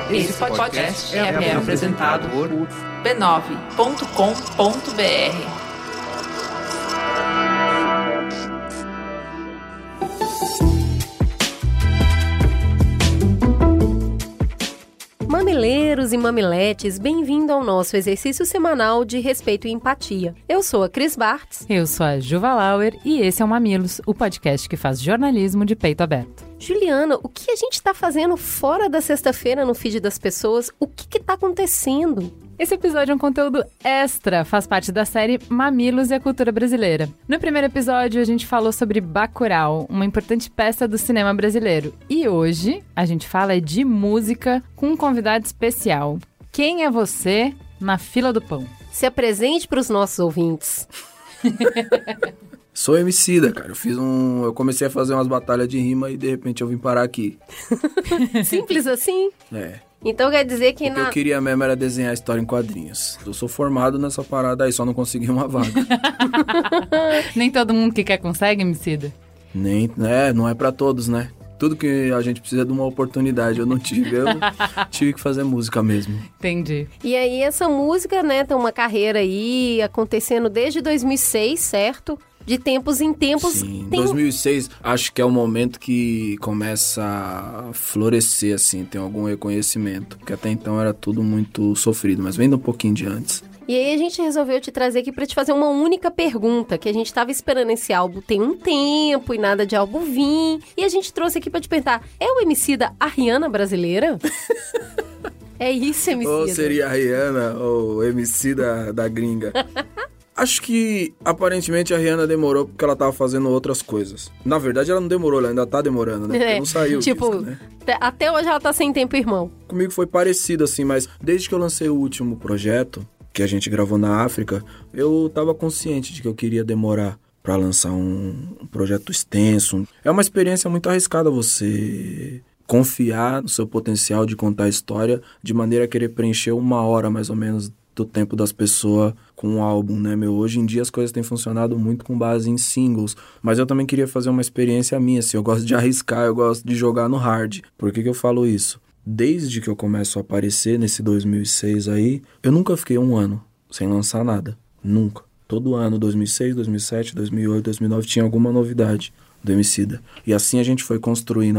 Esse podcast é apresentado por b9.com.br. Mamileiros e mamiletes, bem-vindo ao nosso exercício semanal de respeito e empatia. Eu sou a Cris Bartz. Eu sou a Juva Lauer e esse é o Mamilos, o podcast que faz jornalismo de peito aberto. Juliana, o que a gente está fazendo fora da sexta-feira no feed das pessoas? O que está acontecendo? Esse episódio é um conteúdo extra, faz parte da série Mamilos e a Cultura Brasileira. No primeiro episódio, a gente falou sobre Bacurau, uma importante peça do cinema brasileiro. E hoje, a gente fala de música com um convidado especial. Quem é você na fila do pão? Se apresente para os nossos ouvintes. Sou Emicida, cara. Eu comecei a fazer umas batalhas de rima e de repente eu vim parar aqui. Simples assim? É. Então quer dizer que O que eu queria mesmo era desenhar história em quadrinhos. Eu sou formado nessa parada aí, só não consegui uma vaga. Nem todo mundo que quer consegue, Emicida? Não é pra todos, né? Tudo que a gente precisa de uma oportunidade. Eu não tive, eu tive que fazer música mesmo. Entendi. E aí essa música, né, tem uma carreira aí acontecendo desde 2006, certo? De tempos em tempos. Sim, 2006 acho que é o momento que começa a florescer, assim, tem algum reconhecimento. Porque até então era tudo muito sofrido, mas vem de um pouquinho de antes. E aí a gente resolveu te trazer aqui pra te fazer uma única pergunta, que a gente tava esperando esse álbum tem um tempo e nada de álbum vir. E a gente trouxe aqui pra te perguntar, é o Emicida a Rihanna brasileira? É isso, Emicida? Ou seria a Rihanna ou o Emicida da gringa? Acho que, aparentemente, a Rihanna demorou porque ela tava fazendo outras coisas. Na verdade, ela não demorou, ela ainda tá demorando, né? Porque não saiu tipo, disco, né? Até hoje ela tá sem tempo, irmão. Comigo foi parecido, assim, mas desde que eu lancei o último projeto, que a gente gravou na África, eu tava consciente de que eu queria demorar pra lançar um projeto extenso. É uma experiência muito arriscada você confiar no seu potencial de contar a história de maneira a querer preencher 1 hora, mais ou menos, do tempo das pessoas com um álbum, né, meu? Hoje em dia as coisas têm funcionado muito com base em singles, mas eu também queria fazer uma experiência minha, assim, eu gosto de arriscar, eu gosto de jogar no hard. Por que eu falo isso? Desde que eu começo a aparecer nesse 2006 aí, eu nunca fiquei 1 ano sem lançar nada, nunca. Todo ano, 2006, 2007, 2008, 2009, tinha alguma novidade do Emicida. E assim a gente foi construindo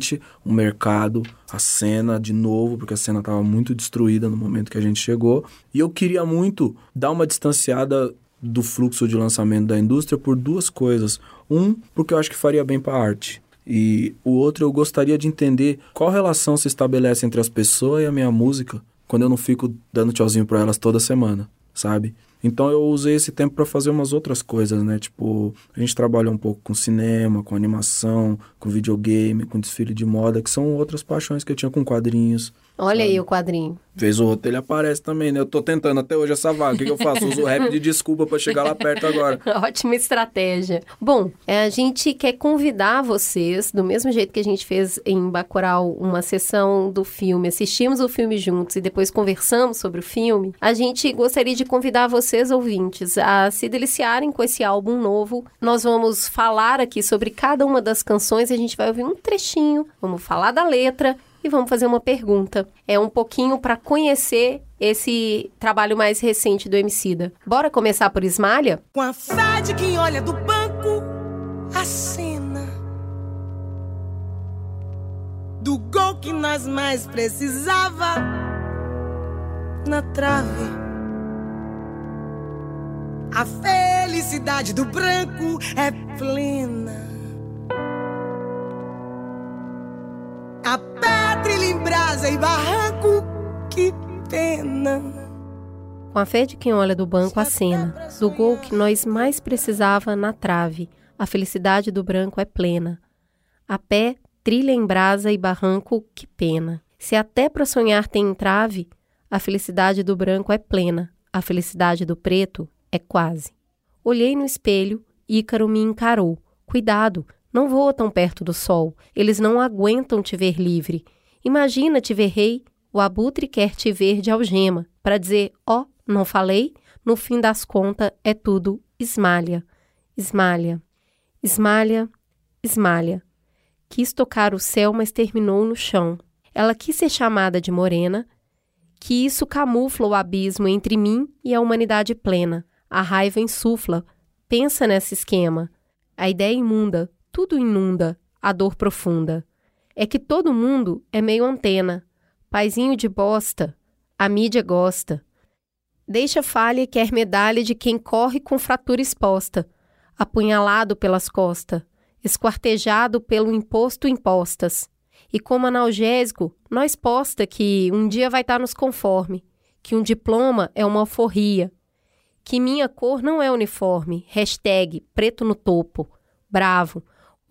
o mercado, a cena de novo, porque a cena estava muito destruída no momento que a gente chegou. E eu queria muito dar uma distanciada do fluxo de lançamento da indústria por 2 coisas. Porque eu acho que faria bem para a arte. E o outro, eu gostaria de entender qual relação se estabelece entre as pessoas e a minha música quando eu não fico dando tchauzinho para elas toda semana, sabe? Então eu usei esse tempo para fazer umas outras coisas, né? Tipo, a gente trabalha um pouco com cinema, com animação, com videogame, com desfile de moda, que são outras paixões que eu tinha com quadrinhos. Olha sabe? aí o quadrinho. Vez ou outra ele aparece também, né? Eu tô tentando até hoje essa vaga. O que eu faço? Uso o rap de desculpa pra chegar lá perto agora. Ótima estratégia. Bom, a gente quer convidar vocês, do mesmo jeito que a gente fez em Bacurau, uma sessão do filme, assistimos o filme juntos e depois conversamos sobre o filme, a gente gostaria de convidar vocês, ouvintes, a se deliciarem com esse álbum novo. Nós vamos falar aqui sobre cada uma das canções, a gente vai ouvir um trechinho, vamos falar da letra e vamos fazer uma pergunta. É um pouquinho para conhecer esse trabalho mais recente do Emicida. Bora começar por Ismalha? Com a fé de quem olha do banco a cena do gol que nós mais precisava na trave. A felicidade do branco é plena. A pedra em brasa e barranco, que pena. Com a fé de quem olha do banco a cena, do gol que nós mais precisava na trave, a felicidade do branco é plena. A pé, trilha em brasa e barranco, que pena. Se até pra sonhar tem entrave, a felicidade do branco é plena, a felicidade do preto é quase. Olhei no espelho, Ícaro me encarou. Cuidado! Não voa tão perto do sol, eles não aguentam te ver livre. Imagina te ver rei, o abutre quer te ver de algema, para dizer, ó, não falei? No fim das contas é tudo esmalha, esmalha, esmalha, esmalha. Quis tocar o céu, mas terminou no chão. Ela quis ser chamada de morena, que isso camufla o abismo entre mim e a humanidade plena. A raiva insufla. Pensa nesse esquema. A ideia imunda, tudo inunda, a dor profunda. É que todo mundo é meio antena. Paizinho de bosta, a mídia gosta. Deixa falha e quer medalha de quem corre com fratura exposta, apunhalado pelas costas, esquartejado pelo imposto impostas. E como analgésico, nós posta que um dia vai estar nos conforme, que um diploma é uma alforria, que minha cor não é uniforme, hashtag preto no topo, bravo.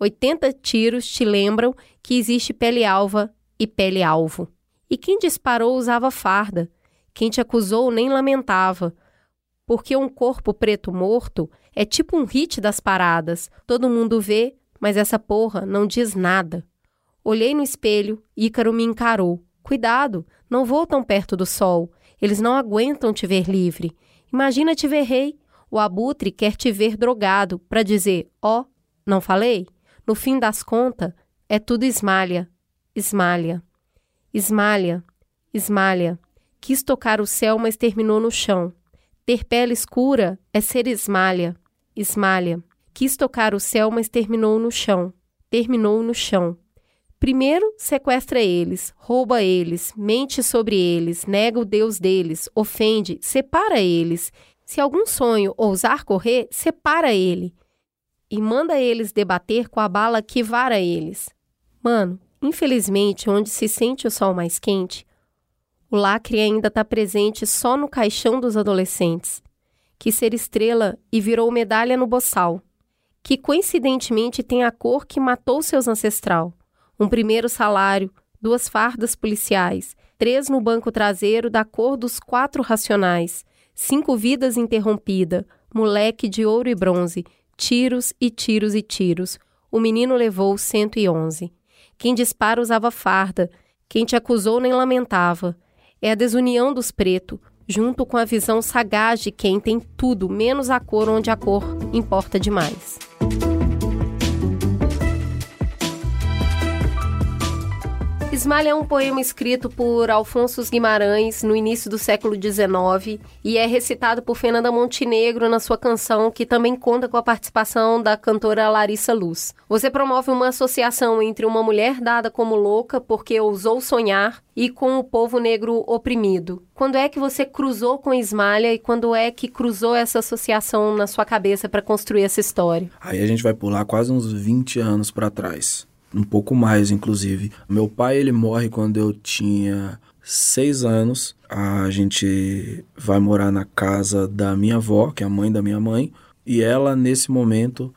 80 tiros te lembram que existe pele alva e pele alvo. E quem disparou usava farda, quem te acusou nem lamentava, porque um corpo preto morto é tipo um hit das paradas, todo mundo vê, mas essa porra não diz nada. Olhei no espelho, Ícaro me encarou. Cuidado, não vou tão perto do sol. Eles não aguentam te ver livre. Imagina te ver rei. O abutre quer te ver drogado para dizer, ó, não falei? No fim das contas, é tudo esmalha, esmalha, esmalha, esmalha. Quis tocar o céu, mas terminou no chão. Ter pele escura é ser esmalha, esmalha. Quis tocar o céu, mas terminou no chão. Terminou no chão. Primeiro, sequestra eles, rouba eles, mente sobre eles, nega o Deus deles, ofende, separa eles. Se algum sonho ousar correr, separa ele. E manda eles debater com a bala que vara eles. Mano, infelizmente, onde se sente o sol mais quente, o lacre ainda está presente só no caixão dos adolescentes. Quis ser estrela e virou medalha no boçal, que coincidentemente tem a cor que matou seus ancestral. Um primeiro salário, 2 fardas policiais, 3 no banco traseiro da cor dos 4 racionais, 5 vidas interrompida, moleque de ouro e bronze, tiros e tiros e tiros. O menino levou 111. Quem dispara usava farda, quem te acusou nem lamentava. É a desunião dos pretos, junto com a visão sagaz de quem tem tudo, menos a cor onde a cor importa demais. Esmalha é um poema escrito por Alfonso Guimarães no início do século XIX e é recitado por Fernanda Montenegro na sua canção, que também conta com a participação da cantora Larissa Luz. Você promove uma associação entre uma mulher dada como louca porque ousou sonhar e com o povo negro oprimido. Quando é que você cruzou com Esmalha e quando é que cruzou essa associação na sua cabeça para construir essa história? Aí a gente vai pular quase uns 20 anos para trás. Um pouco mais, inclusive. Meu pai, ele morre quando eu tinha 6 anos. A gente vai morar na casa da minha avó, que é a mãe da minha mãe. E ela, nesse momento,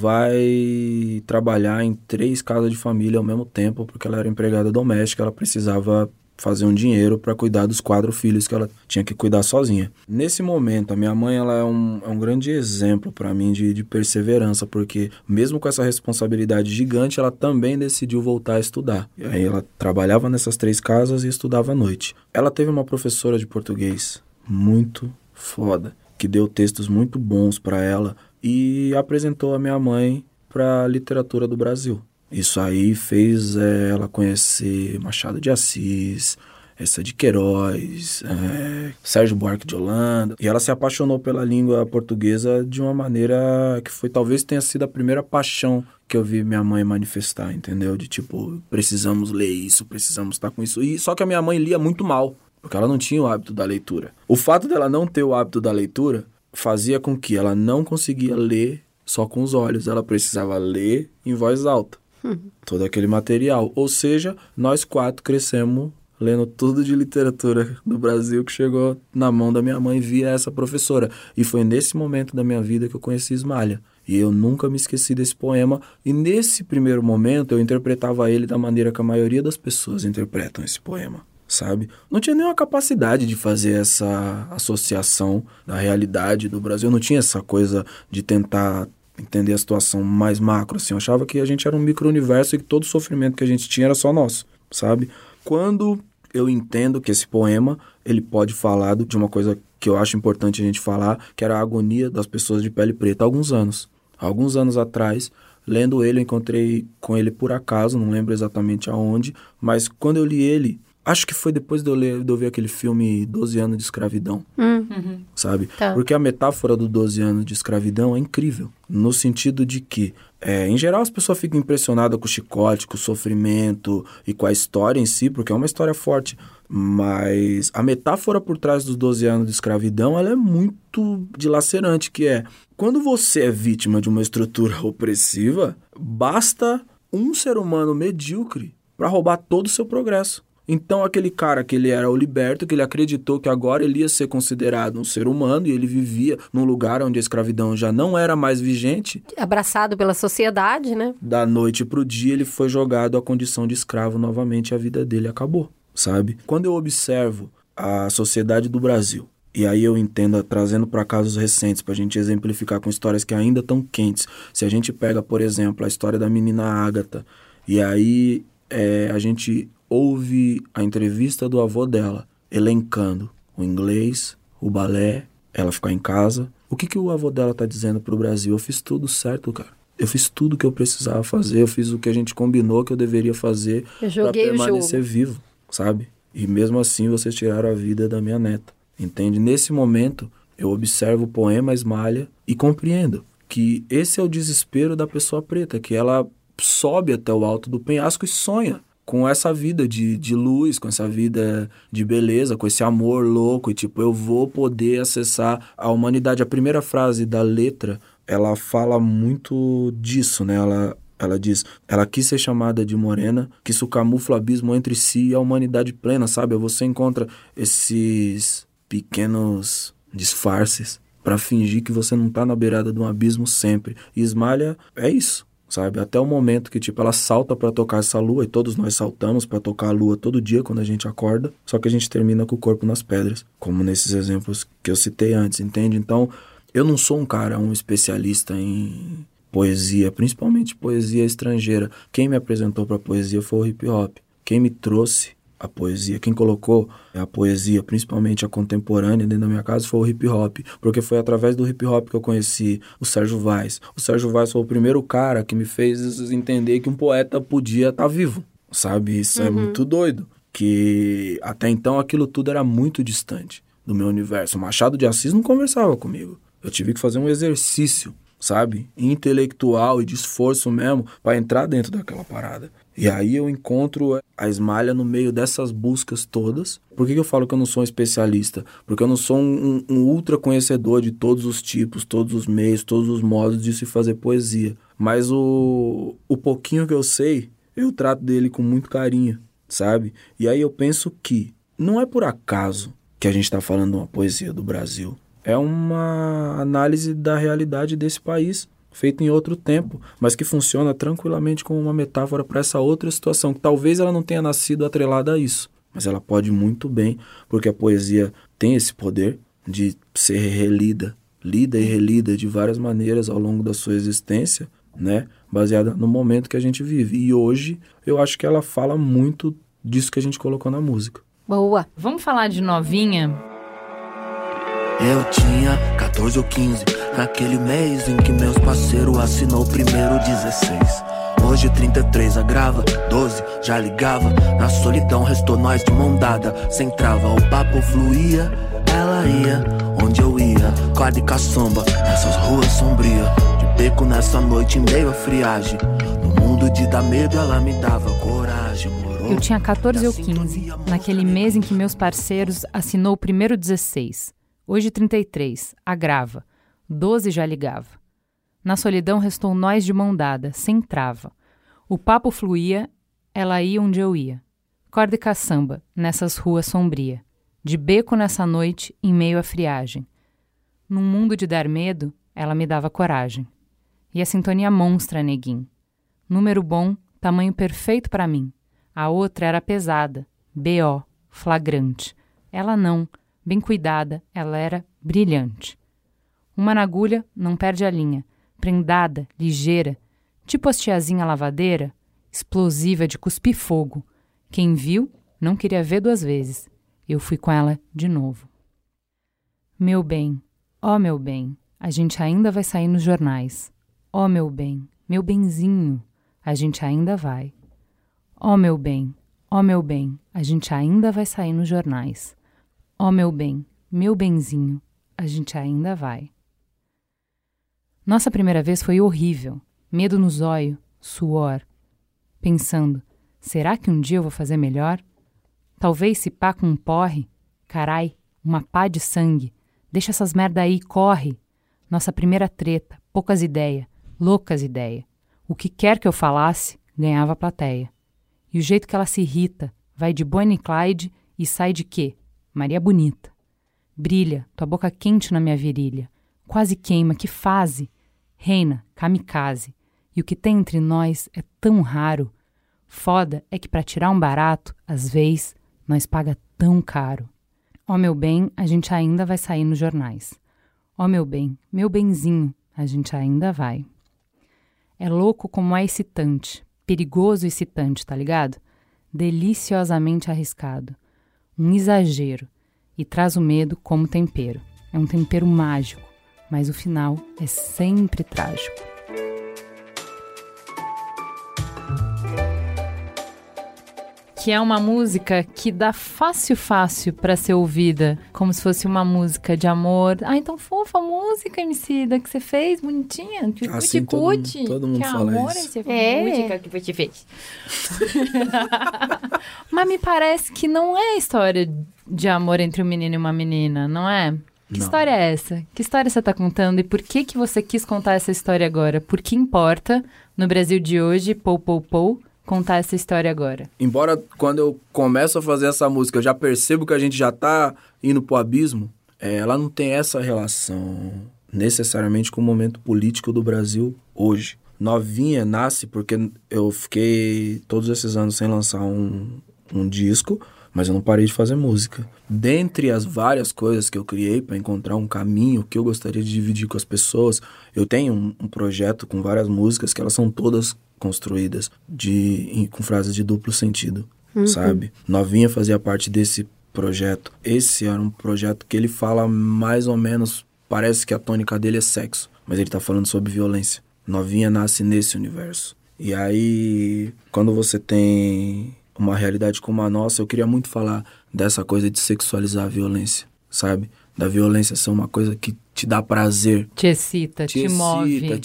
vai trabalhar em 3 casas de família ao mesmo tempo, porque ela era empregada doméstica, ela precisava fazer um dinheiro para cuidar dos 4 filhos que ela tinha que cuidar sozinha. Nesse momento, a minha mãe ela é um grande exemplo para mim de perseverança, porque mesmo com essa responsabilidade gigante, ela também decidiu voltar a estudar. E aí ela trabalhava nessas 3 casas e estudava à noite. Ela teve uma professora de português muito foda, que deu textos muito bons para ela e apresentou a minha mãe para a literatura do Brasil. Isso aí fez ela conhecer Machado de Assis, Essa de Queiroz, Sérgio Buarque de Holanda. E ela se apaixonou pela língua portuguesa de uma maneira que foi, talvez tenha sido a primeira paixão que eu vi minha mãe manifestar, entendeu? De tipo, precisamos ler isso, precisamos estar com isso. E só que a minha mãe lia muito mal, porque ela não tinha o hábito da leitura. O fato dela não ter o hábito da leitura fazia com que ela não conseguia ler só com os olhos. Ela precisava ler em voz alta. Todo aquele material. Ou seja, nós 4 crescemos lendo tudo de literatura do Brasil que chegou na mão da minha mãe via essa professora. E foi nesse momento da minha vida que eu conheci Esmalha. E eu nunca me esqueci desse poema. E nesse primeiro momento eu interpretava ele da maneira que a maioria das pessoas interpretam esse poema, sabe? Não tinha nenhuma capacidade de fazer essa associação da realidade do Brasil. Eu não tinha essa coisa de tentar entender a situação mais macro, assim. Eu achava que a gente era um micro-universo e que todo o sofrimento que a gente tinha era só nosso, sabe? Quando eu entendo que esse poema, ele pode falar de uma coisa que eu acho importante a gente falar, que era a agonia das pessoas de pele preta há alguns anos. Há alguns anos atrás, Lendo ele, eu encontrei com ele por acaso, não lembro exatamente aonde, mas quando eu li ele, acho que foi depois de eu ver aquele filme 12 anos de escravidão, sabe? Tá. Porque a metáfora do 12 anos de escravidão é incrível, no sentido de que, em geral, as pessoas ficam impressionadas com o chicote, com o sofrimento e com a história em si, porque é uma história forte. Mas a metáfora por trás dos 12 anos de escravidão, ela é muito dilacerante, que é, quando você é vítima de uma estrutura opressiva, basta um ser humano medíocre para roubar todo o seu progresso. Então, aquele cara que ele era o liberto, que ele acreditou que agora ele ia ser considerado um ser humano e ele vivia num lugar onde a escravidão já não era mais vigente, Abraçado pela sociedade, né? da noite pro dia ele foi jogado à condição de escravo novamente e a vida dele acabou, sabe? Quando eu observo a sociedade do Brasil, e aí eu entendo, trazendo para casos recentes, para a gente exemplificar com histórias que ainda estão quentes. Se a gente pega, por exemplo, a história da menina Ágata, e aí a gente ouve a entrevista do avô dela, elencando o inglês, o balé, ela ficar em casa. O que o avô dela tá dizendo pro Brasil? Eu fiz tudo certo, cara. Eu fiz tudo que eu precisava fazer, eu fiz o que a gente combinou que eu deveria fazer para permanecer vivo, sabe? E mesmo assim vocês tiraram a vida da minha neta, entende? Nesse momento, eu observo o poema Esmalha e compreendo que esse é o desespero da pessoa preta, que ela sobe até o alto do penhasco e sonha com essa vida de luz, com essa vida de beleza, com esse amor louco, e tipo, eu vou poder acessar a humanidade. A primeira frase da letra, ela fala muito disso, né? Ela diz, ela quis ser chamada de morena, que isso camufla o abismo entre si e a humanidade plena, sabe? Você encontra esses pequenos disfarces para fingir que você não tá na beirada de um abismo sempre. E Esmalha é isso. Sabe? Até o momento que, tipo, ela salta pra tocar essa lua, e todos nós saltamos pra tocar a lua todo dia quando a gente acorda, só que a gente termina com o corpo nas pedras, como nesses exemplos que eu citei antes, entende? Então, eu não sou um especialista em poesia, principalmente poesia estrangeira. Quem me apresentou pra poesia foi o hip hop. Quem me trouxe a poesia, quem colocou a poesia, principalmente a contemporânea, dentro da minha casa foi o hip hop, porque foi através do hip hop que eu conheci o Sérgio Vaz. O Sérgio Vaz foi o primeiro cara que me fez entender que um poeta podia estar vivo, sabe? Isso é muito doido, que até então aquilo tudo era muito distante do meu universo. O Machado de Assis não conversava comigo. Eu tive que fazer um exercício, sabe? Intelectual e de esforço mesmo para entrar dentro daquela parada. E aí eu encontro a Esmalha no meio dessas buscas todas. Por que eu falo que eu não sou um especialista? Porque eu não sou um ultra conhecedor de todos os tipos, todos os meios, todos os modos de se fazer poesia. Mas o pouquinho que eu sei, eu trato dele com muito carinho, sabe? E aí eu penso que não é por acaso que a gente está falando de uma poesia do Brasil. É uma análise da realidade desse país, feita em outro tempo, mas que funciona tranquilamente como uma metáfora para essa outra situação, que talvez ela não tenha nascido atrelada a isso, mas ela pode muito bem, porque a poesia tem esse poder de ser relida, lida e relida de várias maneiras ao longo da sua existência, né? Baseada no momento que a gente vive. E hoje, eu acho que ela fala muito disso que a gente colocou na música. Boa. Vamos falar de Novinha? Eu tinha 14 ou 15, naquele mês em que meus parceiros assinou o primeiro 16. Hoje 33 agrava, 12 já ligava. Na solidão restou nós de mão dada, sem trava, o papo fluía. Ela ia onde eu ia, corda e caçamba, nessas ruas sombrias. De beco nessa noite em meio à friagem, no mundo de dar medo ela me dava coragem. Eu tinha 14 ou 15, naquele mês em que meus parceiros assinou o primeiro 16. Hoje 33, agrava, 12 já ligava. Na solidão restou nós de mão dada, sem trava. O papo fluía, ela ia onde eu ia. Corda e caçamba, nessas ruas sombria. De beco nessa noite, em meio à friagem. Num mundo de dar medo, ela me dava coragem. E a sintonia monstra, neguinho. Número bom, tamanho perfeito pra mim. A outra era pesada, B.O., flagrante. Ela não. Bem cuidada, ela era brilhante. Uma na agulha, não perde a linha. Prendada, ligeira, tipo as tiazinha lavadeira, explosiva de cuspir fogo. Quem viu, não queria ver duas vezes. Eu fui com ela de novo. Meu bem, ó meu bem, a gente ainda vai sair nos jornais. Ó meu bem, meu benzinho, a gente ainda vai. Ó meu bem, a gente ainda vai sair nos jornais. Ó meu bem, meu benzinho, a gente ainda vai. Nossa primeira vez foi horrível, medo no zóio, suor. Pensando, será que um dia eu vou fazer melhor? Talvez se pá com um porre, carai, uma pá de sangue. Deixa essas merda aí, corre. Nossa primeira treta, poucas ideias, loucas ideias. O que quer que eu falasse, ganhava a plateia. E o jeito que ela se irrita, vai de Bonnie e Clyde e sai de quê? Maria Bonita. Brilha, tua boca quente na minha virilha. Quase queima, que fase? Reina, kamikaze. E o que tem entre nós é tão raro. Foda é que pra tirar um barato, às vezes, nós paga tão caro. Ó meu bem, a gente ainda vai sair nos jornais. Ó meu bem, meu benzinho, a gente ainda vai. É louco como é excitante, perigoso e excitante, tá ligado? Deliciosamente arriscado. Um exagero. E traz o medo como tempero. É um tempero mágico, mas o final é sempre trágico. Que é uma música que dá fácil pra ser ouvida, como se fosse uma música de amor. Ah, então fofa a música, Emicida, que você fez, bonitinha. Que assim, todo mundo que fala amor isso. É música que você fez. Mas me parece que não é história de amor entre um menino e uma menina, não é? Que história é essa? Que história você tá contando? E por que você quis contar essa história agora? Por que importa, no Brasil de hoje, contar essa história agora? Embora quando eu começo a fazer essa música, eu já percebo que a gente já tá indo pro abismo, ela não tem essa relação necessariamente com o momento político do Brasil hoje. Novinha nasce porque eu fiquei todos esses anos sem lançar um disco, mas eu não parei de fazer música. Dentre as várias coisas que eu criei para encontrar um caminho que eu gostaria de dividir com as pessoas, eu tenho um projeto com várias músicas que elas são todas construídas com frases de duplo sentido, sabe? Novinha fazia parte desse projeto. Esse era um projeto que ele fala mais ou menos, parece que a tônica dele é sexo, mas ele tá falando sobre violência. Novinha nasce nesse universo. E aí, quando você tem uma realidade como a nossa, eu queria muito falar dessa coisa de sexualizar a violência, sabe? Da violência ser uma coisa que te dá prazer. Te excita, te move.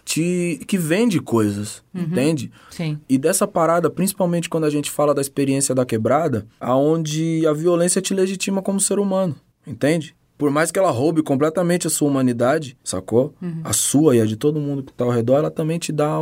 Que vende coisas, entende? Sim. E dessa parada, principalmente quando a gente fala da experiência da quebrada, aonde a violência te legitima como ser humano, entende? Por mais que ela roube completamente a sua humanidade, sacou? A sua e a de todo mundo que tá ao redor, ela também te dá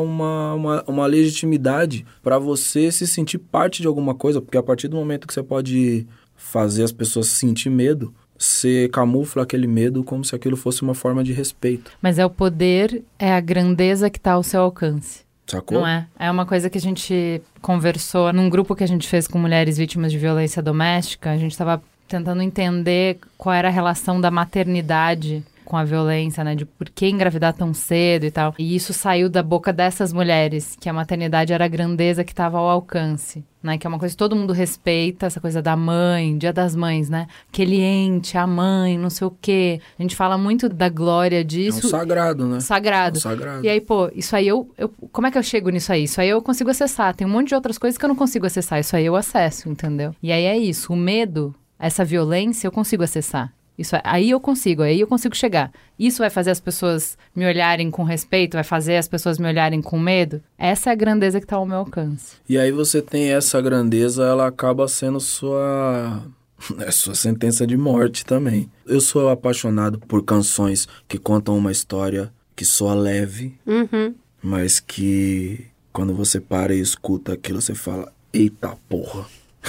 uma legitimidade pra você se sentir parte de alguma coisa, porque a partir do momento que você pode fazer as pessoas sentir medo, você camufla aquele medo como se aquilo fosse uma forma de respeito. Mas é o poder, é a grandeza que tá ao seu alcance. Sacou? Não é? É uma coisa que a gente conversou num grupo que a gente fez com mulheres vítimas de violência doméstica. A gente tava tentando entender qual era a relação da maternidade com a violência, né? De por que engravidar tão cedo e tal. E isso saiu da boca dessas mulheres, que a maternidade era a grandeza que estava ao alcance, né? Que é uma coisa que todo mundo respeita, essa coisa da mãe, Dia das Mães, né? Aquele ente, a mãe, não sei o quê. A gente fala muito da glória disso. É um sagrado, né? Sagrado. É um sagrado. E aí, pô, isso aí como é que eu chego nisso aí? Isso aí eu consigo acessar. Tem um monte de outras coisas que eu não consigo acessar. Isso aí eu acesso, entendeu? E aí é isso. O medo, essa violência, eu consigo acessar. Aí eu consigo chegar. Isso vai fazer as pessoas me olharem com respeito? Vai fazer as pessoas me olharem com medo? Essa é a grandeza que está ao meu alcance. E aí você tem essa grandeza, ela acaba sendo sua sentença de morte também. Eu sou apaixonado por canções que contam uma história que soa leve, mas que quando você para e escuta aquilo, você fala, eita porra.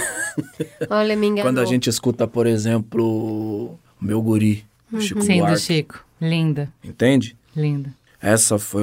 Olha, me enganou. Quando a gente escuta, por exemplo, Meu Guri, do Chico Sim, Buarque. do Chico. Linda. Entende? Linda. Essa foi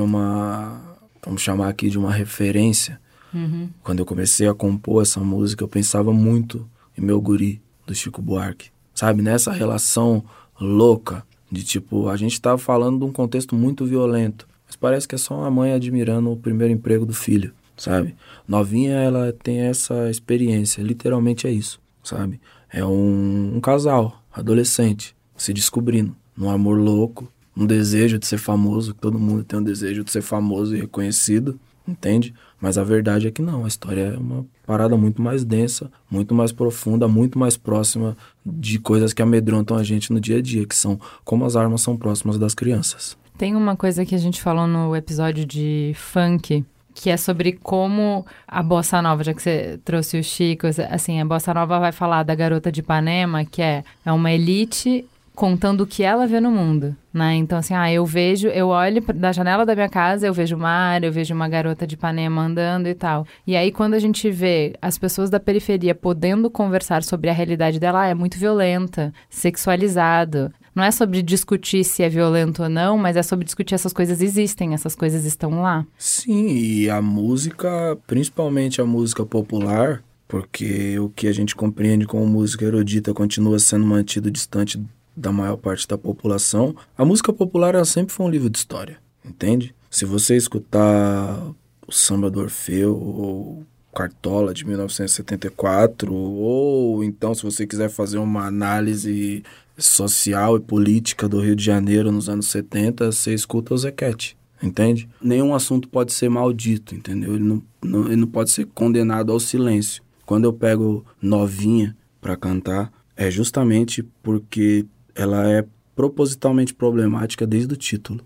vamos chamar aqui de uma referência. Quando eu comecei a compor essa música, eu pensava muito em Meu Guri, do Chico Buarque. Sabe, nessa relação louca de tipo, a gente tá falando de um contexto muito violento, mas parece que é só uma mãe admirando o primeiro emprego do filho, sabe? Novinha, ela tem essa experiência, literalmente é isso, sabe? É um casal, adolescente, se descobrindo num amor louco, um desejo de ser famoso, todo mundo tem um desejo de ser famoso e reconhecido, entende? Mas a verdade é que não, a história é uma parada muito mais densa, muito mais profunda, muito mais próxima de coisas que amedrontam a gente no dia a dia, que são como as armas são próximas das crianças. Tem uma coisa que a gente falou no episódio de funk, que é sobre como a Bossa Nova, já que você trouxe o Chico, assim, a Bossa Nova vai falar da garota de Ipanema, que é uma elite contando o que ela vê no mundo, né? Então, assim, eu olho da janela da minha casa, eu vejo o mar, eu vejo uma garota de Ipanema andando e tal. E aí, quando a gente vê as pessoas da periferia podendo conversar sobre a realidade dela, é muito violenta, sexualizado. Não é sobre discutir se é violento ou não, mas é sobre discutir essas coisas existem, essas coisas estão lá. Sim, e a música, principalmente a música popular, porque o que a gente compreende como música erudita continua sendo mantido distante da maior parte da população. A música popular, ela sempre foi um livro de história, entende? Se você escutar o Samba do Orfeu ou Cartola de 1974, ou então se você quiser fazer uma análise social e política do Rio de Janeiro nos anos 70, você escuta o Zequete, entende? Nenhum assunto pode ser maldito, entendeu? Ele não pode ser condenado ao silêncio. Quando eu pego Novinha para cantar, é justamente porque ela é propositalmente problemática desde o título,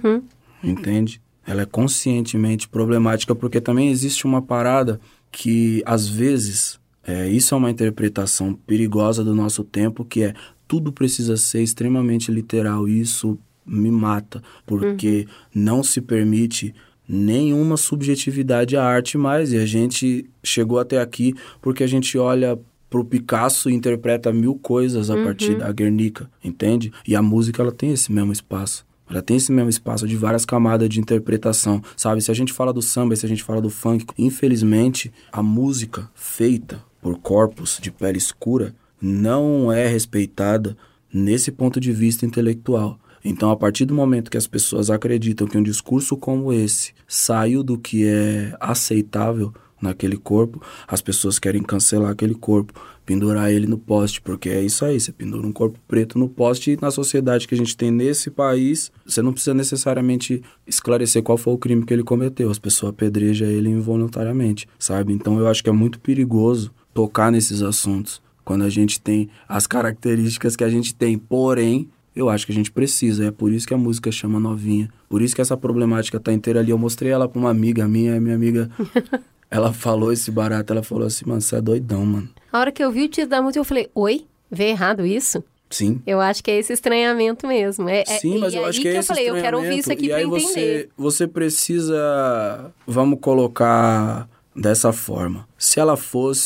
entende? Ela é conscientemente problemática porque também existe uma parada que, às vezes, isso é uma interpretação perigosa do nosso tempo, que é tudo precisa ser extremamente literal. E isso me mata, porque não se permite nenhuma subjetividade à arte mais. E a gente chegou até aqui porque a gente olha pro Picasso e interpreta 1000 coisas a partir da Guernica, entende? E a música, ela tem esse mesmo espaço. Ela tem esse mesmo espaço de várias camadas de interpretação, sabe? Se a gente fala do samba, se a gente fala do funk, infelizmente, a música feita por corpos de pele escura não é respeitada nesse ponto de vista intelectual. Então, a partir do momento que as pessoas acreditam que um discurso como esse saiu do que é aceitável naquele corpo, as pessoas querem cancelar aquele corpo, pendurar ele no poste, porque é isso aí, você pendura um corpo preto no poste, e na sociedade que a gente tem nesse país, você não precisa necessariamente esclarecer qual foi o crime que ele cometeu, as pessoas apedrejam ele involuntariamente, sabe? Então eu acho que é muito perigoso tocar nesses assuntos, quando a gente tem as características que a gente tem, porém, eu acho que a gente precisa, é por isso que a música chama Novinha, por isso que essa problemática tá inteira ali. Eu mostrei ela pra uma amiga minha amiga... Ela falou esse barato, ela falou assim, mano, você é doidão, mano. A hora que eu vi o título da música, eu falei, oi? Vê errado isso? Sim. Eu acho que é esse estranhamento mesmo. Sim, mas eu acho que é esse estranhamento. Eu quero ouvir isso aqui pra entender. Você precisa, vamos colocar dessa forma. Se ela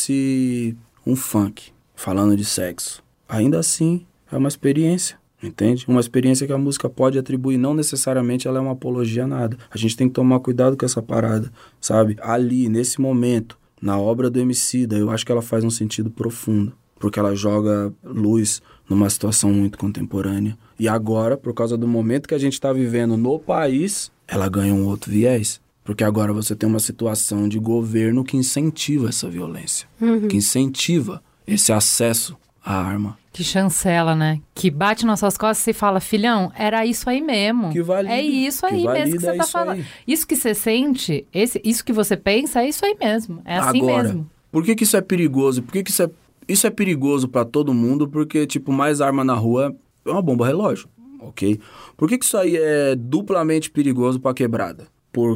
fosse um funk, falando de sexo, ainda assim é uma experiência. Entende? Uma experiência que a música pode atribuir, não necessariamente ela é uma apologia a nada. A gente tem que tomar cuidado com essa parada, sabe? Ali, nesse momento, na obra do Emicida, eu acho que ela faz um sentido profundo, porque ela joga luz numa situação muito contemporânea. E agora, por causa do momento que a gente está vivendo no país, ela ganha um outro viés. Porque agora você tem uma situação de governo que incentiva essa violência, que incentiva esse acesso à arma. Que chancela, né? Que bate nas suas costas e fala, filhão, era isso aí mesmo. Que valida. É isso aí mesmo que você tá falando. Isso que você sente, isso que você pensa, é isso aí mesmo. É assim agora, mesmo. Por que isso é perigoso? Por que isso é perigoso pra todo mundo? Porque, tipo, mais arma na rua é uma bomba relógio, ok? Por que isso aí é duplamente perigoso pra quebrada?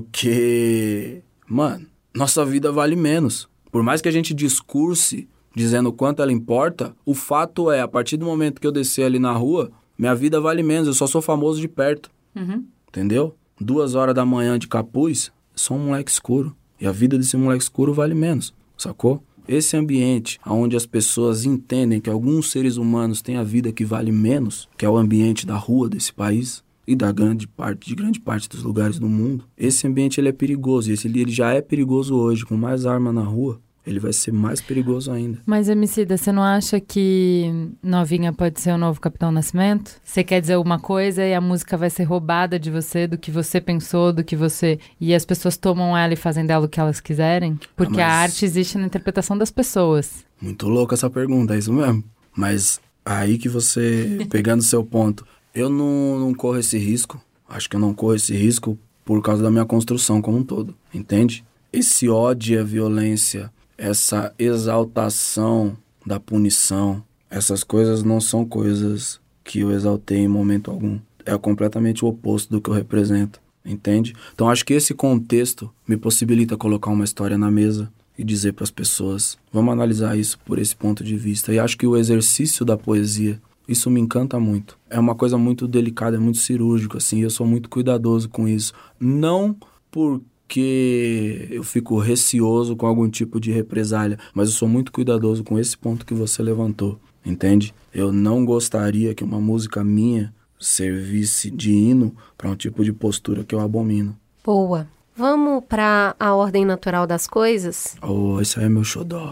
Porque, mano, nossa vida vale menos. Por mais que a gente discurse dizendo o quanto ela importa, o fato é, a partir do momento que eu descer ali na rua, minha vida vale menos, eu só sou famoso de perto. Entendeu? 2 horas da manhã de capuz, sou um moleque escuro. E a vida desse moleque escuro vale menos, sacou? Esse ambiente onde as pessoas entendem que alguns seres humanos têm a vida que vale menos, que é o ambiente da rua desse país e de grande parte dos lugares do mundo, esse ambiente ele é perigoso. E ele já é perigoso hoje, com mais arma na rua. Ele vai ser mais perigoso ainda. Mas, Emicida, você não acha que Novinha pode ser o novo Capitão Nascimento? Você quer dizer uma coisa e a música vai ser roubada de você, do que você pensou, do que você... E as pessoas tomam ela e fazem dela o que elas quiserem? Porque a arte existe na interpretação das pessoas. Muito louca essa pergunta, é isso mesmo. Mas aí que você, pegando seu ponto, Eu não corro esse risco. Acho que eu não corro esse risco por causa da minha construção como um todo, entende? Esse ódio e a violência, essa exaltação da punição, essas coisas não são coisas que eu exaltei em momento algum. É completamente o oposto do que eu represento, entende? Então acho que esse contexto me possibilita colocar uma história na mesa e dizer para as pessoas, vamos analisar isso por esse ponto de vista. E acho que o exercício da poesia, isso me encanta muito. É uma coisa muito delicada, é muito cirúrgico, assim, eu sou muito cuidadoso com isso. Não porque eu fico receoso com algum tipo de represália, mas eu sou muito cuidadoso com esse ponto que você levantou, entende? Eu não gostaria que uma música minha servisse de hino para um tipo de postura que eu abomino. Boa. Vamos para a ordem natural das coisas? Oh, esse aí é meu xodó.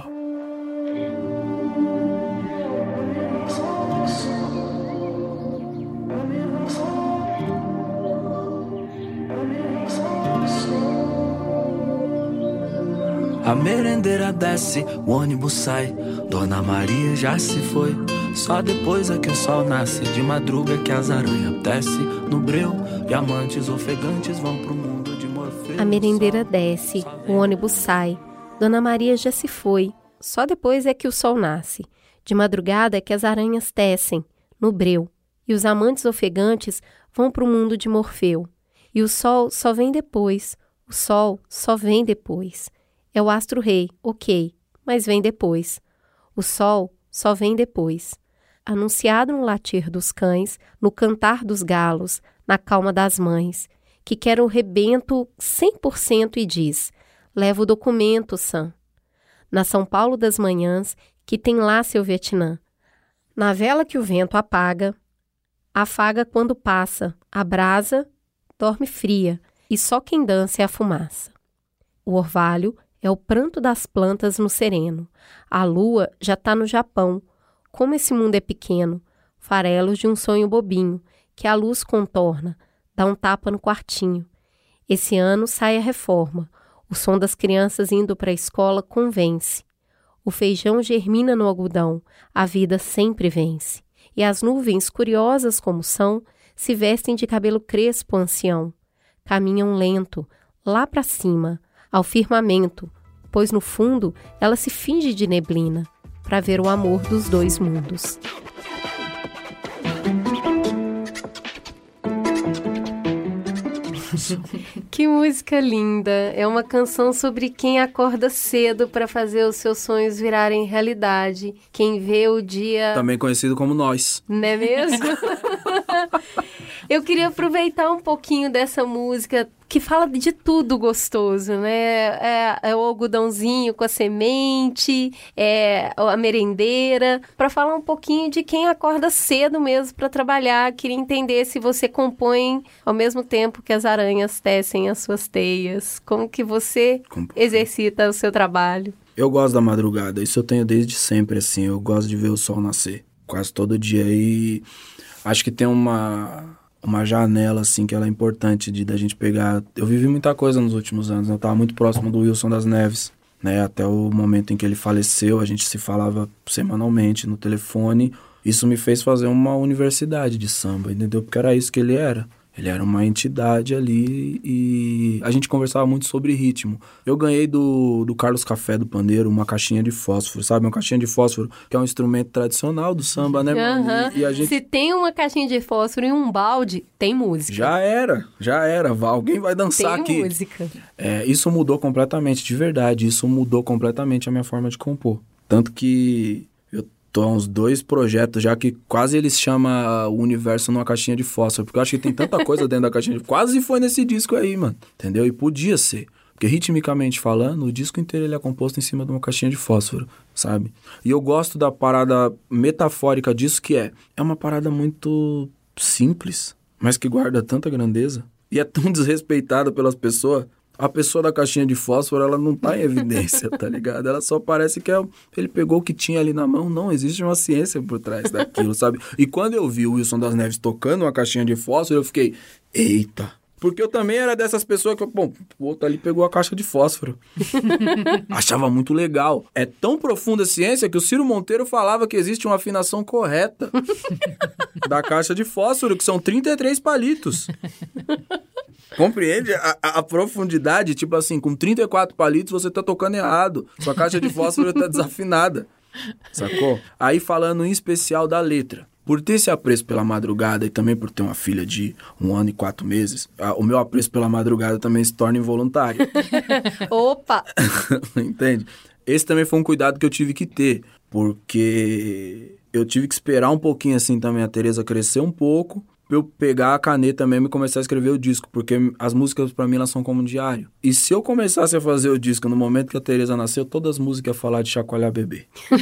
A merendeira desce, o ônibus sai, Dona Maria já se foi. Só depois é que o sol nasce, de madruga que as aranhas desce no breu, e amantes ofegantes vão pro mundo de Morfeu. A merendeira desce, o ônibus sai, Dona Maria já se foi. Só depois é que o sol nasce, de madrugada é que as aranhas tecem no breu, e os amantes ofegantes vão pro mundo de Morfeu. E o sol só vem depois, o sol só vem depois. É o astro-rei, ok, mas vem depois. O sol só vem depois. Anunciado no latir dos cães, no cantar dos galos, na calma das mães, que quer o rebento 100% e diz, leva o documento, Sam. Na São Paulo das manhãs, que tem lá seu Vietnã. Na vela que o vento apaga, afaga quando passa, a brasa dorme fria, e só quem dança é a fumaça. O orvalho é o pranto das plantas no sereno. A lua já tá no Japão. Como esse mundo é pequeno, farelos de um sonho bobinho, que a luz contorna, dá um tapa no quartinho. Esse ano sai a reforma. O som das crianças indo para a escola convence. O feijão germina no algodão, a vida sempre vence. E as nuvens, curiosas como são, se vestem de cabelo crespo ancião. Caminham lento, lá para cima, ao firmamento, pois no fundo ela se finge de neblina, para ver o amor dos dois mundos. Que música linda! É uma canção sobre quem acorda cedo para fazer os seus sonhos virarem realidade. Quem vê o dia... Também conhecido como Nós. Não é mesmo? Eu queria aproveitar um pouquinho dessa música que fala de tudo gostoso, né? É o algodãozinho com a semente, é a merendeira, para falar um pouquinho de quem acorda cedo mesmo para trabalhar. Queria entender se você compõe ao mesmo tempo que as aranhas tecem as suas teias. Como que você exercita o seu trabalho? Eu gosto da madrugada, isso eu tenho desde sempre, assim. Eu gosto de ver o sol nascer, quase todo dia. E acho que tem uma janela, assim, que ela é importante da gente pegar. Eu vivi muita coisa nos últimos anos, né? Eu tava muito próximo do Wilson das Neves, né? Até o momento em que ele faleceu, a gente se falava semanalmente no telefone. Isso me fez fazer uma universidade de samba, entendeu? Porque era isso que ele era. Ele era uma entidade ali e a gente conversava muito sobre ritmo. Eu ganhei do Carlos Café do Pandeiro uma caixinha de fósforo, sabe? Uma caixinha de fósforo que é um instrumento tradicional do samba, né? Uhum. E a gente... Se tem uma caixinha de fósforo e um balde, tem música. Já era. Alguém vai dançar tem aqui. Tem música. Isso mudou completamente, de verdade. Isso mudou completamente a minha forma de compor. Tanto que... Tô há uns 2 projetos já que quase eles chamam o universo numa caixinha de fósforo. Porque eu acho que tem tanta coisa dentro da caixinha de fósforo. Quase foi nesse disco aí, mano. Entendeu? E podia ser. Porque ritmicamente falando, o disco inteiro ele é composto em cima de uma caixinha de fósforo, sabe? E eu gosto da parada metafórica disso que é uma parada muito simples, mas que guarda tanta grandeza. E é tão desrespeitada pelas pessoas. A pessoa da caixinha de fósforo, ela não tá em evidência, tá ligado? Ela só parece que ele pegou o que tinha ali na mão. Não, existe uma ciência por trás daquilo, sabe? E quando eu vi o Wilson das Neves tocando uma caixinha de fósforo, eu fiquei, eita, Porque eu também era dessas pessoas que, bom, o outro ali pegou a caixa de fósforo. Achava muito legal. É tão profunda a ciência que o Ciro Monteiro falava que existe uma afinação correta da caixa de fósforo, que são 33 palitos. Compreende a profundidade? Tipo assim, com 34 palitos você tá tocando errado. Sua caixa de fósforo tá desafinada. Sacou? Aí falando em especial da letra. Por ter esse apreço pela madrugada e também por ter uma filha de 1 ano e 4 meses, o meu apreço pela madrugada também se torna involuntário. Opa! Entende? Esse também foi um cuidado que eu tive que ter, porque eu tive que esperar um pouquinho assim também a Tereza crescer um pouco, pra eu pegar a caneta mesmo e começar a escrever o disco, porque as músicas pra mim elas são como um diário. E se eu começasse a fazer o disco no momento que a Tereza nasceu, todas as músicas iam falar de chacoalhar bebê.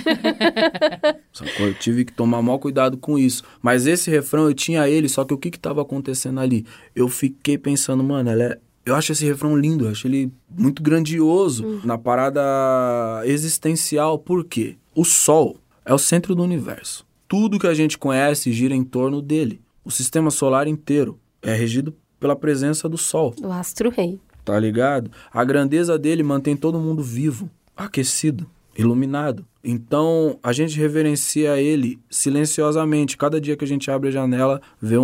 Sacou? Eu tive que tomar maior cuidado com isso. Mas esse refrão eu tinha ele, só que o que tava acontecendo ali? Eu fiquei pensando, mano, eu acho esse refrão lindo, eu acho ele muito grandioso na parada existencial. Por quê? O Sol é o centro do universo. Tudo que a gente conhece gira em torno dele. O sistema solar inteiro é regido pela presença do Sol. O astro-rei. Tá ligado? A grandeza dele mantém todo mundo vivo, aquecido, iluminado. Então, a gente reverencia ele silenciosamente. Cada dia que a gente abre a janela, vê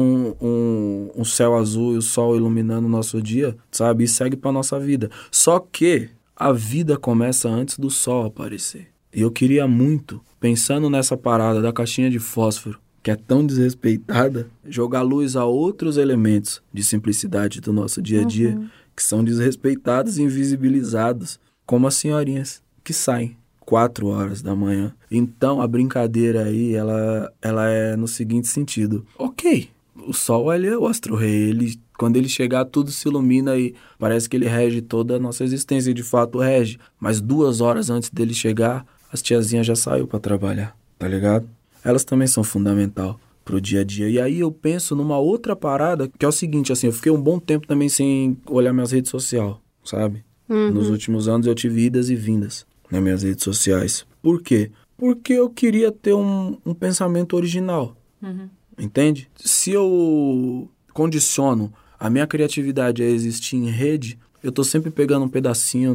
um céu azul e o sol iluminando o nosso dia, sabe? E segue pra nossa vida. Só que a vida começa antes do sol aparecer. E eu queria muito, pensando nessa parada da caixinha de fósforo, que é tão desrespeitada, jogar luz a outros elementos de simplicidade do nosso dia a dia, que são desrespeitados e invisibilizados, como as senhorinhas que saem 4 horas da manhã. Então, a brincadeira aí, ela é no seguinte sentido. Ok, o sol, ele é o astro-rei, quando ele chegar, tudo se ilumina e parece que ele rege toda a nossa existência, e de fato rege. Mas 2 horas antes dele chegar, as tiazinhas já saiu para trabalhar, tá ligado? Elas também são fundamental pro dia a dia. E aí eu penso numa outra parada, que é o seguinte, assim, eu fiquei um bom tempo também sem olhar minhas redes sociais, sabe? Nos últimos anos eu tive idas e vindas nas minhas redes sociais. Por quê? Porque eu queria ter um pensamento original, entende? Se eu condiciono a minha criatividade a existir em rede, eu tô sempre pegando um pedacinho,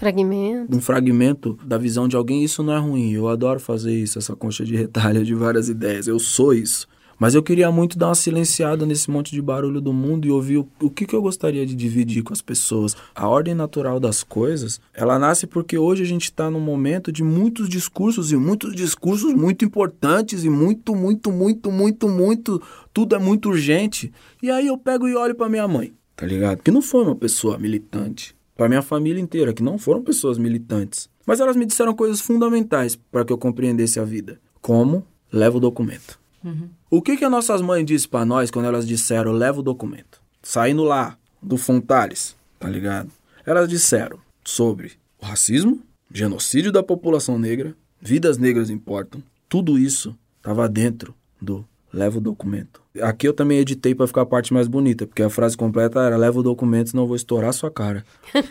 um fragmento da visão de alguém. Isso não é ruim, eu adoro fazer isso, essa concha de retalho de várias ideias, eu sou isso. Mas eu queria muito dar uma silenciada nesse monte de barulho do mundo e ouvir o que eu gostaria de dividir com as pessoas. A ordem natural das coisas, ela nasce porque hoje a gente está num momento de muitos discursos muito importantes e muito, tudo é muito urgente. E aí eu pego e olho pra minha mãe, tá ligado? Que não foi uma pessoa militante. Para minha família inteira, que não foram pessoas militantes. Mas elas me disseram coisas fundamentais para que eu compreendesse a vida. Como? Leva o documento. O que as nossas mães disseram para nós quando elas disseram leva o documento? Saindo lá do Fontales, tá ligado? Elas disseram sobre o racismo, genocídio da população negra, vidas negras importam. Tudo isso estava dentro do leva o documento. Aqui eu também editei pra ficar a parte mais bonita, porque a frase completa era leva o documento, senão eu vou estourar sua cara.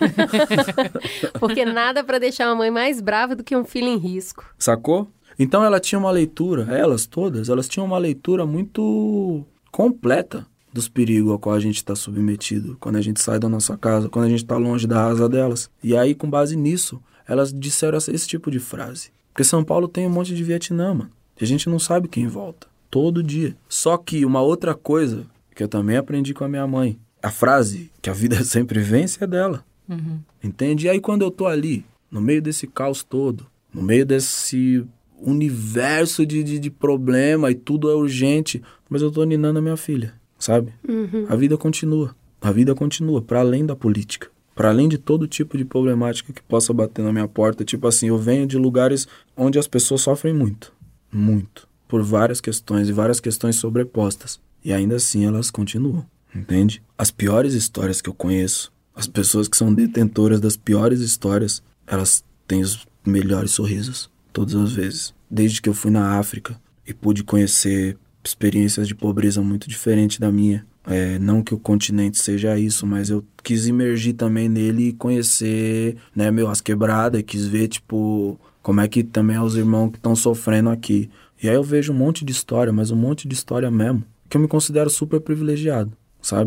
Porque nada pra deixar uma mãe mais brava do que um filho em risco. Sacou? Então ela tinha uma leitura, elas todas, elas tinham uma leitura muito completa dos perigos ao qual a gente está submetido quando a gente sai da nossa casa, quando a gente está longe da asa delas. E aí, com base nisso, elas disseram esse tipo de frase. Porque São Paulo tem um monte de Vietnã, mano, e a gente não sabe quem volta. Todo dia. Só que uma outra coisa que eu também aprendi com a minha mãe, a frase que a vida sempre vence é dela. Entende? E aí quando eu tô ali, no meio desse caos todo, no meio desse universo de problema e tudo é urgente, mas eu tô ninando a minha filha, sabe? A vida continua. A vida continua, para além da política. Para além de todo tipo de problemática que possa bater na minha porta. Tipo assim, eu venho de lugares onde as pessoas sofrem muito. Muito. Por várias questões e várias questões sobrepostas. E ainda assim elas continuam, entende? As piores histórias que eu conheço, as pessoas que são detentoras das piores histórias, elas têm os melhores sorrisos, todas as vezes. Desde que eu fui na África e pude conhecer experiências de pobreza muito diferentes da minha. Não que o continente seja isso, mas eu quis imergir também nele e conhecer, né, as quebradas, quis ver, tipo, como é que também é os irmãos que estão sofrendo aqui. E aí eu vejo um monte de história, mas um monte de história mesmo, que eu me considero super privilegiado, sabe?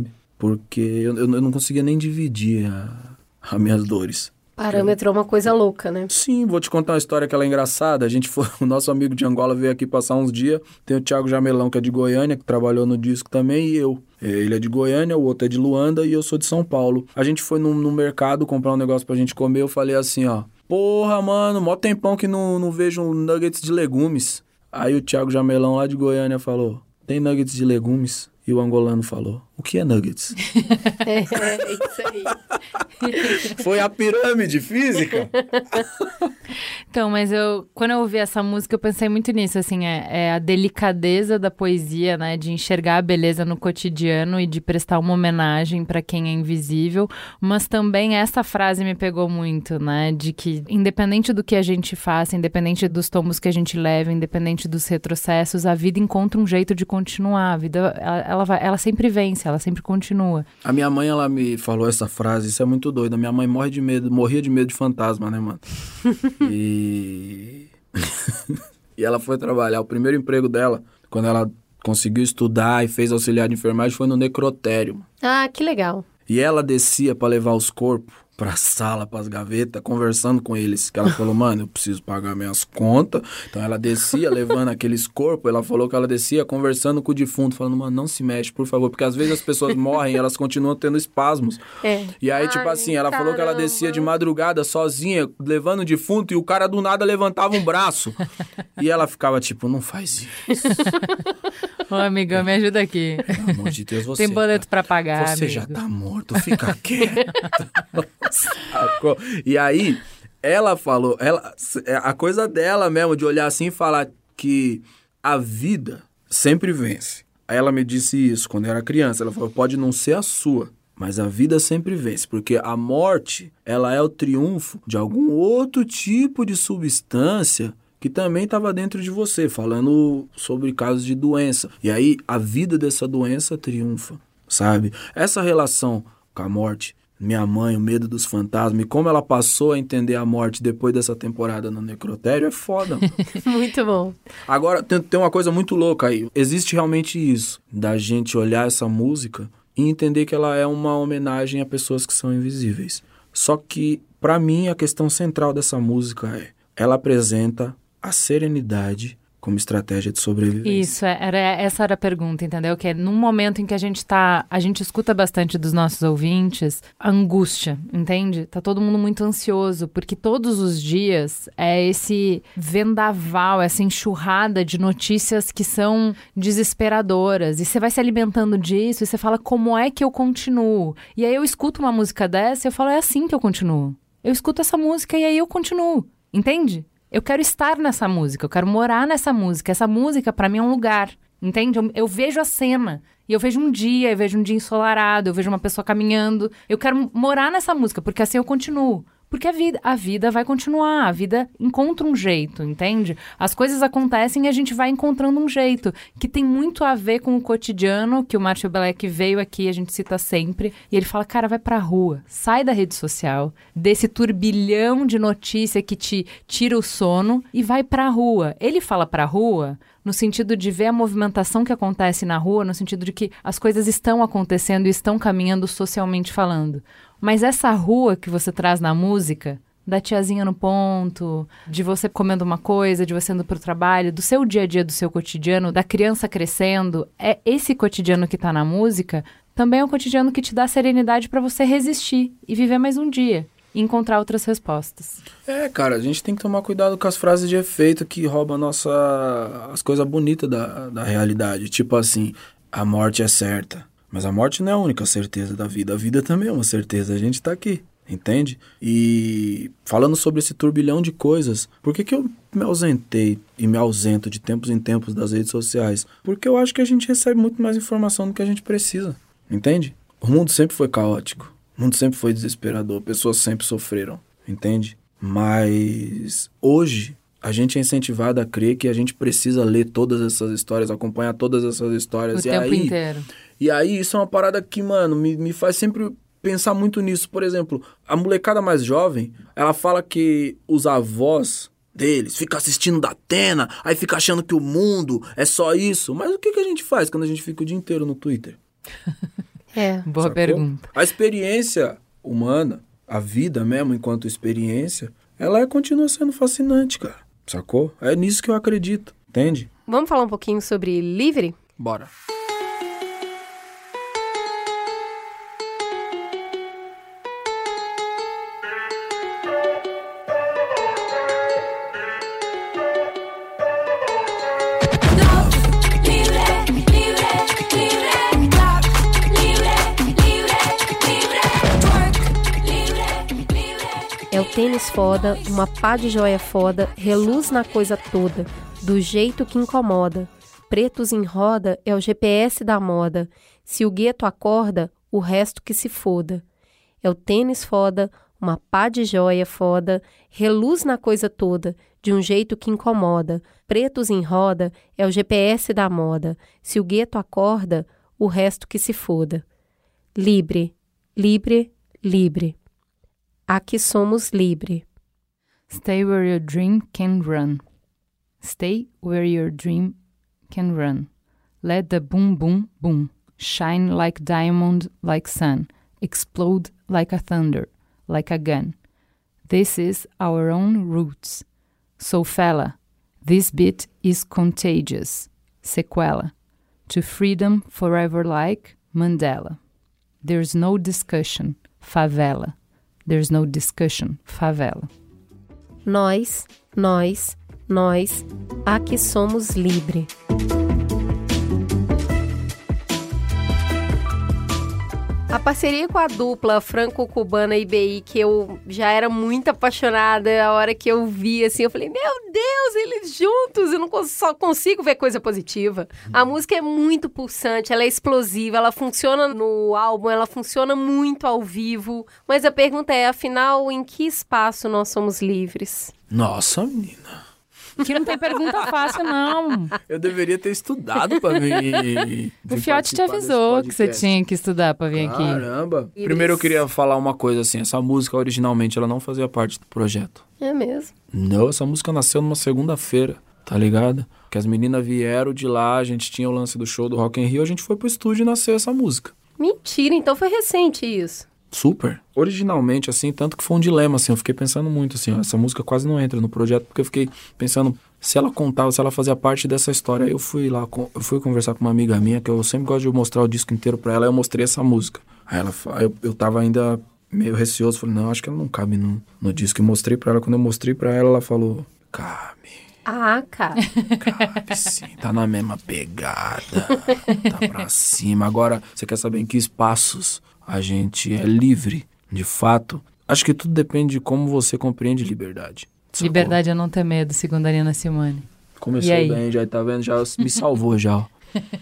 porque eu não conseguia nem dividir as minhas dores. Parâmetro é uma coisa louca, né? Sim, vou te contar uma história que ela é engraçada. O nosso amigo de Angola veio aqui passar uns dias. Tem o Thiago Jamelão, que é de Goiânia, que trabalhou no disco também, e eu. Ele é de Goiânia, o outro é de Luanda e eu sou de São Paulo. A gente foi no mercado comprar um negócio pra gente comer. Eu falei assim, ó: porra, mano, mó tempão que não vejo nuggets de legumes. Aí o Thiago Jamelão lá de Goiânia falou: tem nuggets de legumes? E o angolano falou: o que é nuggets? É isso aí. Foi a pirâmide física? Então, mas quando eu ouvi essa música, eu pensei muito nisso, assim, é a delicadeza da poesia, né, de enxergar a beleza no cotidiano e de prestar uma homenagem para quem é invisível, mas também essa frase me pegou muito, né, de que independente do que a gente faça, independente dos tombos que a gente leva, independente dos retrocessos, a vida encontra um jeito de continuar, a vida, ela sempre vence, ela sempre continua. A minha mãe, ela me falou essa frase, isso é muito doido, a minha mãe morria de medo de fantasma, né, mano? E ela foi trabalhar. O primeiro emprego dela, quando ela conseguiu estudar e fez auxiliar de enfermagem, foi no necrotério. Ah, que legal. E ela descia pra levar os corpos pra sala, pras gavetas, conversando com eles. Que ela falou: mano, eu preciso pagar minhas contas. Então ela descia levando aqueles corpos. Ela falou que ela descia conversando com o defunto, falando: mano, não se mexe, por favor. Porque às vezes as pessoas morrem e elas continuam tendo espasmos. E aí, tipo assim, ela falou que ela descia de madrugada sozinha, levando o defunto, e o cara do nada levantava um braço. E ela ficava tipo: não faz isso. Ô, amigão, me ajuda aqui. Pelo amor de Deus, você... Tem boleto pra pagar, Você amigo. já tá morto, fica quieto. E aí, ela falou, a coisa dela mesmo, de olhar assim e falar que a vida sempre vence. Aí ela me disse isso quando eu era criança. Ela falou: pode não ser a sua, mas a vida sempre vence. Porque a morte, ela é o triunfo de algum outro tipo de substância que também estava dentro de você, falando sobre casos de doença. E aí, a vida dessa doença triunfa, sabe? Essa relação com a morte, minha mãe, o medo dos fantasmas, e como ela passou a entender a morte depois dessa temporada no necrotério, é foda. Muito bom. Agora, tem uma coisa muito louca aí. Existe realmente isso, da gente olhar essa música e entender que ela é uma homenagem a pessoas que são invisíveis. Só que, pra mim, a questão central dessa música ela apresenta a serenidade como estratégia de sobrevivência. Isso, essa era a pergunta, entendeu? Que é num momento em que a gente escuta bastante dos nossos ouvintes, a angústia, entende? Tá todo mundo muito ansioso, porque todos os dias é esse vendaval, essa enxurrada de notícias que são desesperadoras. E você vai se alimentando disso e você fala: como é que eu continuo? E aí eu escuto uma música dessa e eu falo: é assim que eu continuo. Eu escuto essa música e aí eu continuo, entende? Eu quero estar nessa música, eu quero morar nessa música. Essa música, pra mim, é um lugar, entende? Eu vejo a cena, e eu vejo um dia ensolarado, eu vejo uma pessoa caminhando. Eu quero morar nessa música, porque assim eu continuo. Porque a vida vai continuar, a vida encontra um jeito, entende? As coisas acontecem e a gente vai encontrando um jeito, que tem muito a ver com o cotidiano, que o Márcio Belec veio aqui, a gente cita sempre, e ele fala: cara, vai pra rua, sai da rede social, desse turbilhão de notícia que te tira o sono e vai pra rua. Ele fala pra rua no sentido de ver a movimentação que acontece na rua, no sentido de que as coisas estão acontecendo e estão caminhando socialmente falando. Mas essa rua que você traz na música, da tiazinha no ponto, de você comendo uma coisa, de você indo pro trabalho, do seu dia a dia, do seu cotidiano, da criança crescendo, é esse cotidiano que tá na música, também é um cotidiano que te dá serenidade para você resistir e viver mais um dia e encontrar outras respostas. Cara, a gente tem que tomar cuidado com as frases de efeito que roubam as coisas bonitas da realidade. Tipo assim: a morte é certa. Mas a morte não é a única certeza da vida. A vida também é uma certeza. A gente tá aqui, entende? E falando sobre esse turbilhão de coisas, por que eu me ausentei e me ausento de tempos em tempos das redes sociais? Porque eu acho que a gente recebe muito mais informação do que a gente precisa, entende? O mundo sempre foi caótico. O mundo sempre foi desesperador. Pessoas sempre sofreram, entende? Mas hoje a gente é incentivado a crer que a gente precisa ler todas essas histórias, acompanhar todas essas histórias. O tempo inteiro. E aí, isso é uma parada que, mano, me faz sempre pensar muito nisso. Por exemplo, a molecada mais jovem, ela fala que os avós deles ficam assistindo da Atena, aí fica achando que o mundo é só isso. Mas o que a gente faz quando a gente fica o dia inteiro no Twitter? Boa Sacou? pergunta. A experiência humana, a vida mesmo enquanto experiência, ela continua sendo fascinante, cara. Sacou? É nisso que eu acredito, entende? Vamos falar um pouquinho sobre livre? Bora. É o tênis foda, uma pá de joia foda, reluz na coisa toda, do jeito que incomoda. Pretos em roda é o GPS da moda. Se o gueto acorda, o resto que se foda. É o tênis foda, uma pá de joia foda, reluz na coisa toda, de um jeito que incomoda. Pretos em roda é o GPS da moda. Se o gueto acorda, o resto que se foda. Libre, libre, libre. Aqui somos livre. Stay where your dream can run. Stay where your dream can run. Let the boom, boom, boom. Shine like diamond, like sun. Explode like a thunder, like a gun. This is our own roots. So fella, this beat is contagious. Sequela. To freedom forever like Mandela. There's no discussion. Favela. There's no discussion. Favela. Nós, aqui somos livre. A parceria com a dupla franco-cubana IBI, que eu já era muito apaixonada, a hora que eu vi, assim, eu falei, meu Deus, eles juntos, eu não só consigo ver coisa positiva. A música é muito pulsante, ela é explosiva, ela funciona no álbum, ela funciona muito ao vivo, mas a pergunta é, afinal, em que espaço nós somos livres? Nossa, menina. Que não tem pergunta fácil, não. Eu deveria ter estudado pra vir. O Fiote te avisou que você tinha que estudar pra vir aqui. Caramba. Primeiro eu queria falar uma coisa assim. Essa música, originalmente, ela não fazia parte do projeto. É mesmo? Não, essa música nasceu numa segunda-feira, tá ligado? Que as meninas vieram de lá, a gente tinha o lance do show do Rock in Rio, a gente foi pro estúdio e nasceu essa música. Mentira, então foi recente isso. Super. Originalmente, assim, tanto que foi um dilema, assim, eu fiquei pensando muito, assim, ó, essa música quase não entra no projeto, porque eu fiquei pensando, se ela contava, se ela fazia parte dessa história. Aí eu fui lá, eu fui conversar com uma amiga minha, que eu sempre gosto de mostrar o disco inteiro pra ela, eu mostrei essa música. Aí eu tava ainda meio receoso, falei, não, acho que ela não cabe no disco. E mostrei pra ela, quando eu mostrei pra ela, ela falou, cabe. Ah, cara. Cabe sim, tá na mesma pegada, tá pra cima. Agora, você quer saber em que espaços a gente é livre, de fato? Acho que tudo depende de como você compreende liberdade. Sacou? Liberdade é não ter medo, segundo a Nina Simone. Começou bem, já tá vendo? Já me salvou já. Ó.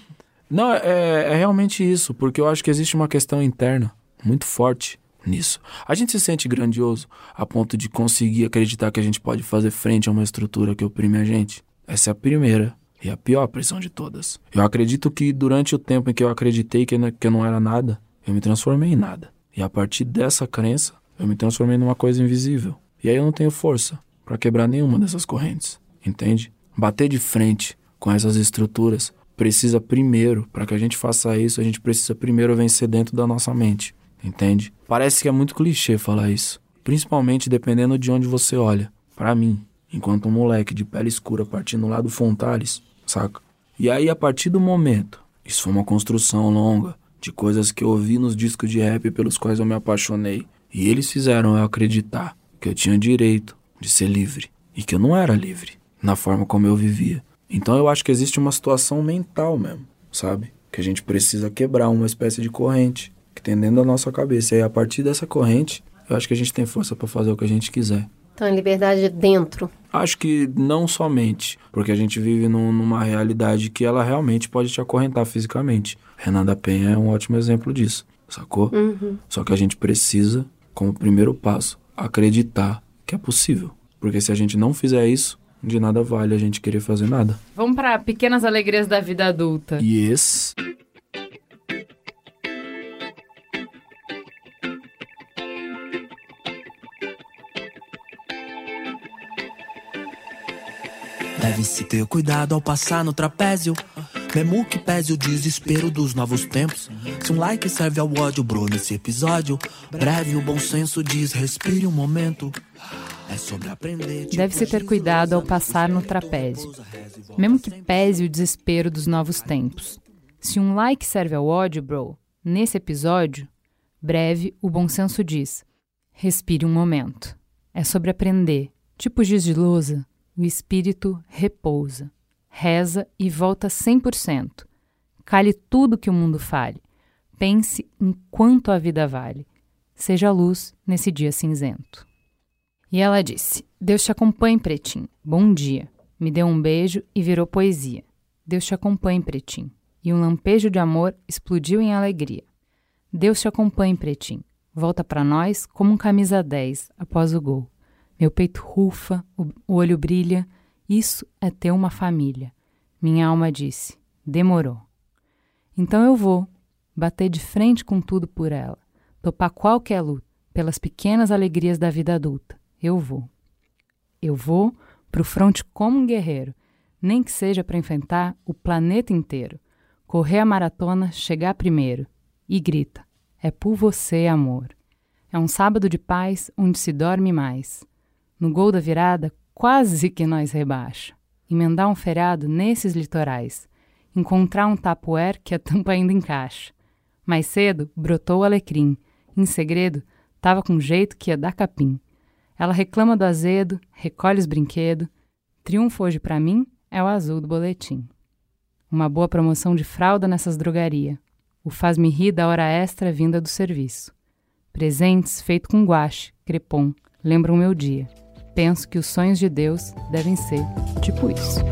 Não, é realmente isso, porque eu acho que existe uma questão interna muito forte nisso. A gente se sente grandioso a ponto de conseguir acreditar que a gente pode fazer frente a uma estrutura que oprime a gente. Essa é a primeira e a pior pressão de todas. Eu acredito que durante o tempo em que eu acreditei que eu não era nada, eu me transformei em nada. E a partir dessa crença, eu me transformei numa coisa invisível. E aí eu não tenho força para quebrar nenhuma dessas correntes, entende? Bater de frente com essas estruturas precisa primeiro, para que a gente faça isso, a gente precisa primeiro vencer dentro da nossa mente, entende? Parece que é muito clichê falar isso, principalmente dependendo de onde você olha. Para mim, enquanto um moleque de pele escura partindo lá do Fontales, saca? E aí, a partir do momento, isso foi uma construção longa, de coisas que eu ouvi nos discos de rap pelos quais eu me apaixonei. E eles fizeram eu acreditar que eu tinha direito de ser livre. E que eu não era livre, na forma como eu vivia. Então eu acho que existe uma situação mental mesmo, sabe? Que a gente precisa quebrar uma espécie de corrente que tem dentro da nossa cabeça. E aí, a partir dessa corrente, eu acho que a gente tem força para fazer o que a gente quiser. Então a liberdade é dentro. Acho que não somente, porque a gente vive numa realidade que ela realmente pode te acorrentar fisicamente. Renan da Penha é um ótimo exemplo disso, sacou? Uhum. Só que a gente precisa, como primeiro passo, acreditar que é possível. Porque se a gente não fizer isso, de nada vale a gente querer fazer nada. Vamos para pequenas alegrias da vida adulta. Yes. Deve-se ter cuidado ao passar no trapézio. Mesmo que pese o desespero dos novos tempos. Se um like serve ao ódio, bro, nesse episódio breve o bom senso diz, respire um momento. É sobre aprender. Deve-se ter cuidado ao passar no trapézio, mesmo que pese o desespero dos novos tempos. Se um like serve ao ódio, bro, nesse episódio breve o bom senso diz, respire um momento. É sobre aprender. Tipo giz de lousa, o espírito repousa. Reza e volta 100%. Cale tudo que o mundo fale. Pense em quanto a vida vale. Seja luz nesse dia cinzento. E ela disse, Deus te acompanhe, pretinho. Bom dia. Me deu um beijo e virou poesia. Deus te acompanhe, pretinho. E um lampejo de amor explodiu em alegria. Deus te acompanhe, pretinho. Volta pra nós como um camisa 10 após o gol. Meu peito rufa, o olho brilha. Isso é ter uma família. Minha alma disse, demorou. Então eu vou, bater de frente com tudo por ela, topar qualquer luta, pelas pequenas alegrias da vida adulta. Eu vou. Eu vou pro fronte como um guerreiro, nem que seja para enfrentar o planeta inteiro. Correr a maratona, chegar primeiro. E grita, é por você, amor. É um sábado de paz onde se dorme mais. No gol da virada, quase que nós rebaixa. Emendar um feriado nesses litorais. Encontrar um tapuer que a tampa ainda encaixa. Mais cedo, brotou o alecrim. Em segredo, tava com jeito que ia dar capim. Ela reclama do azedo, recolhe os brinquedos. Triunfo hoje pra mim é o azul do boletim. Uma boa promoção de fralda nessas drogarias. O faz-me rir da hora extra vinda do serviço. Presentes feito com guache, crepom, lembram meu dia. Penso que os sonhos de Deus devem ser tipo isso.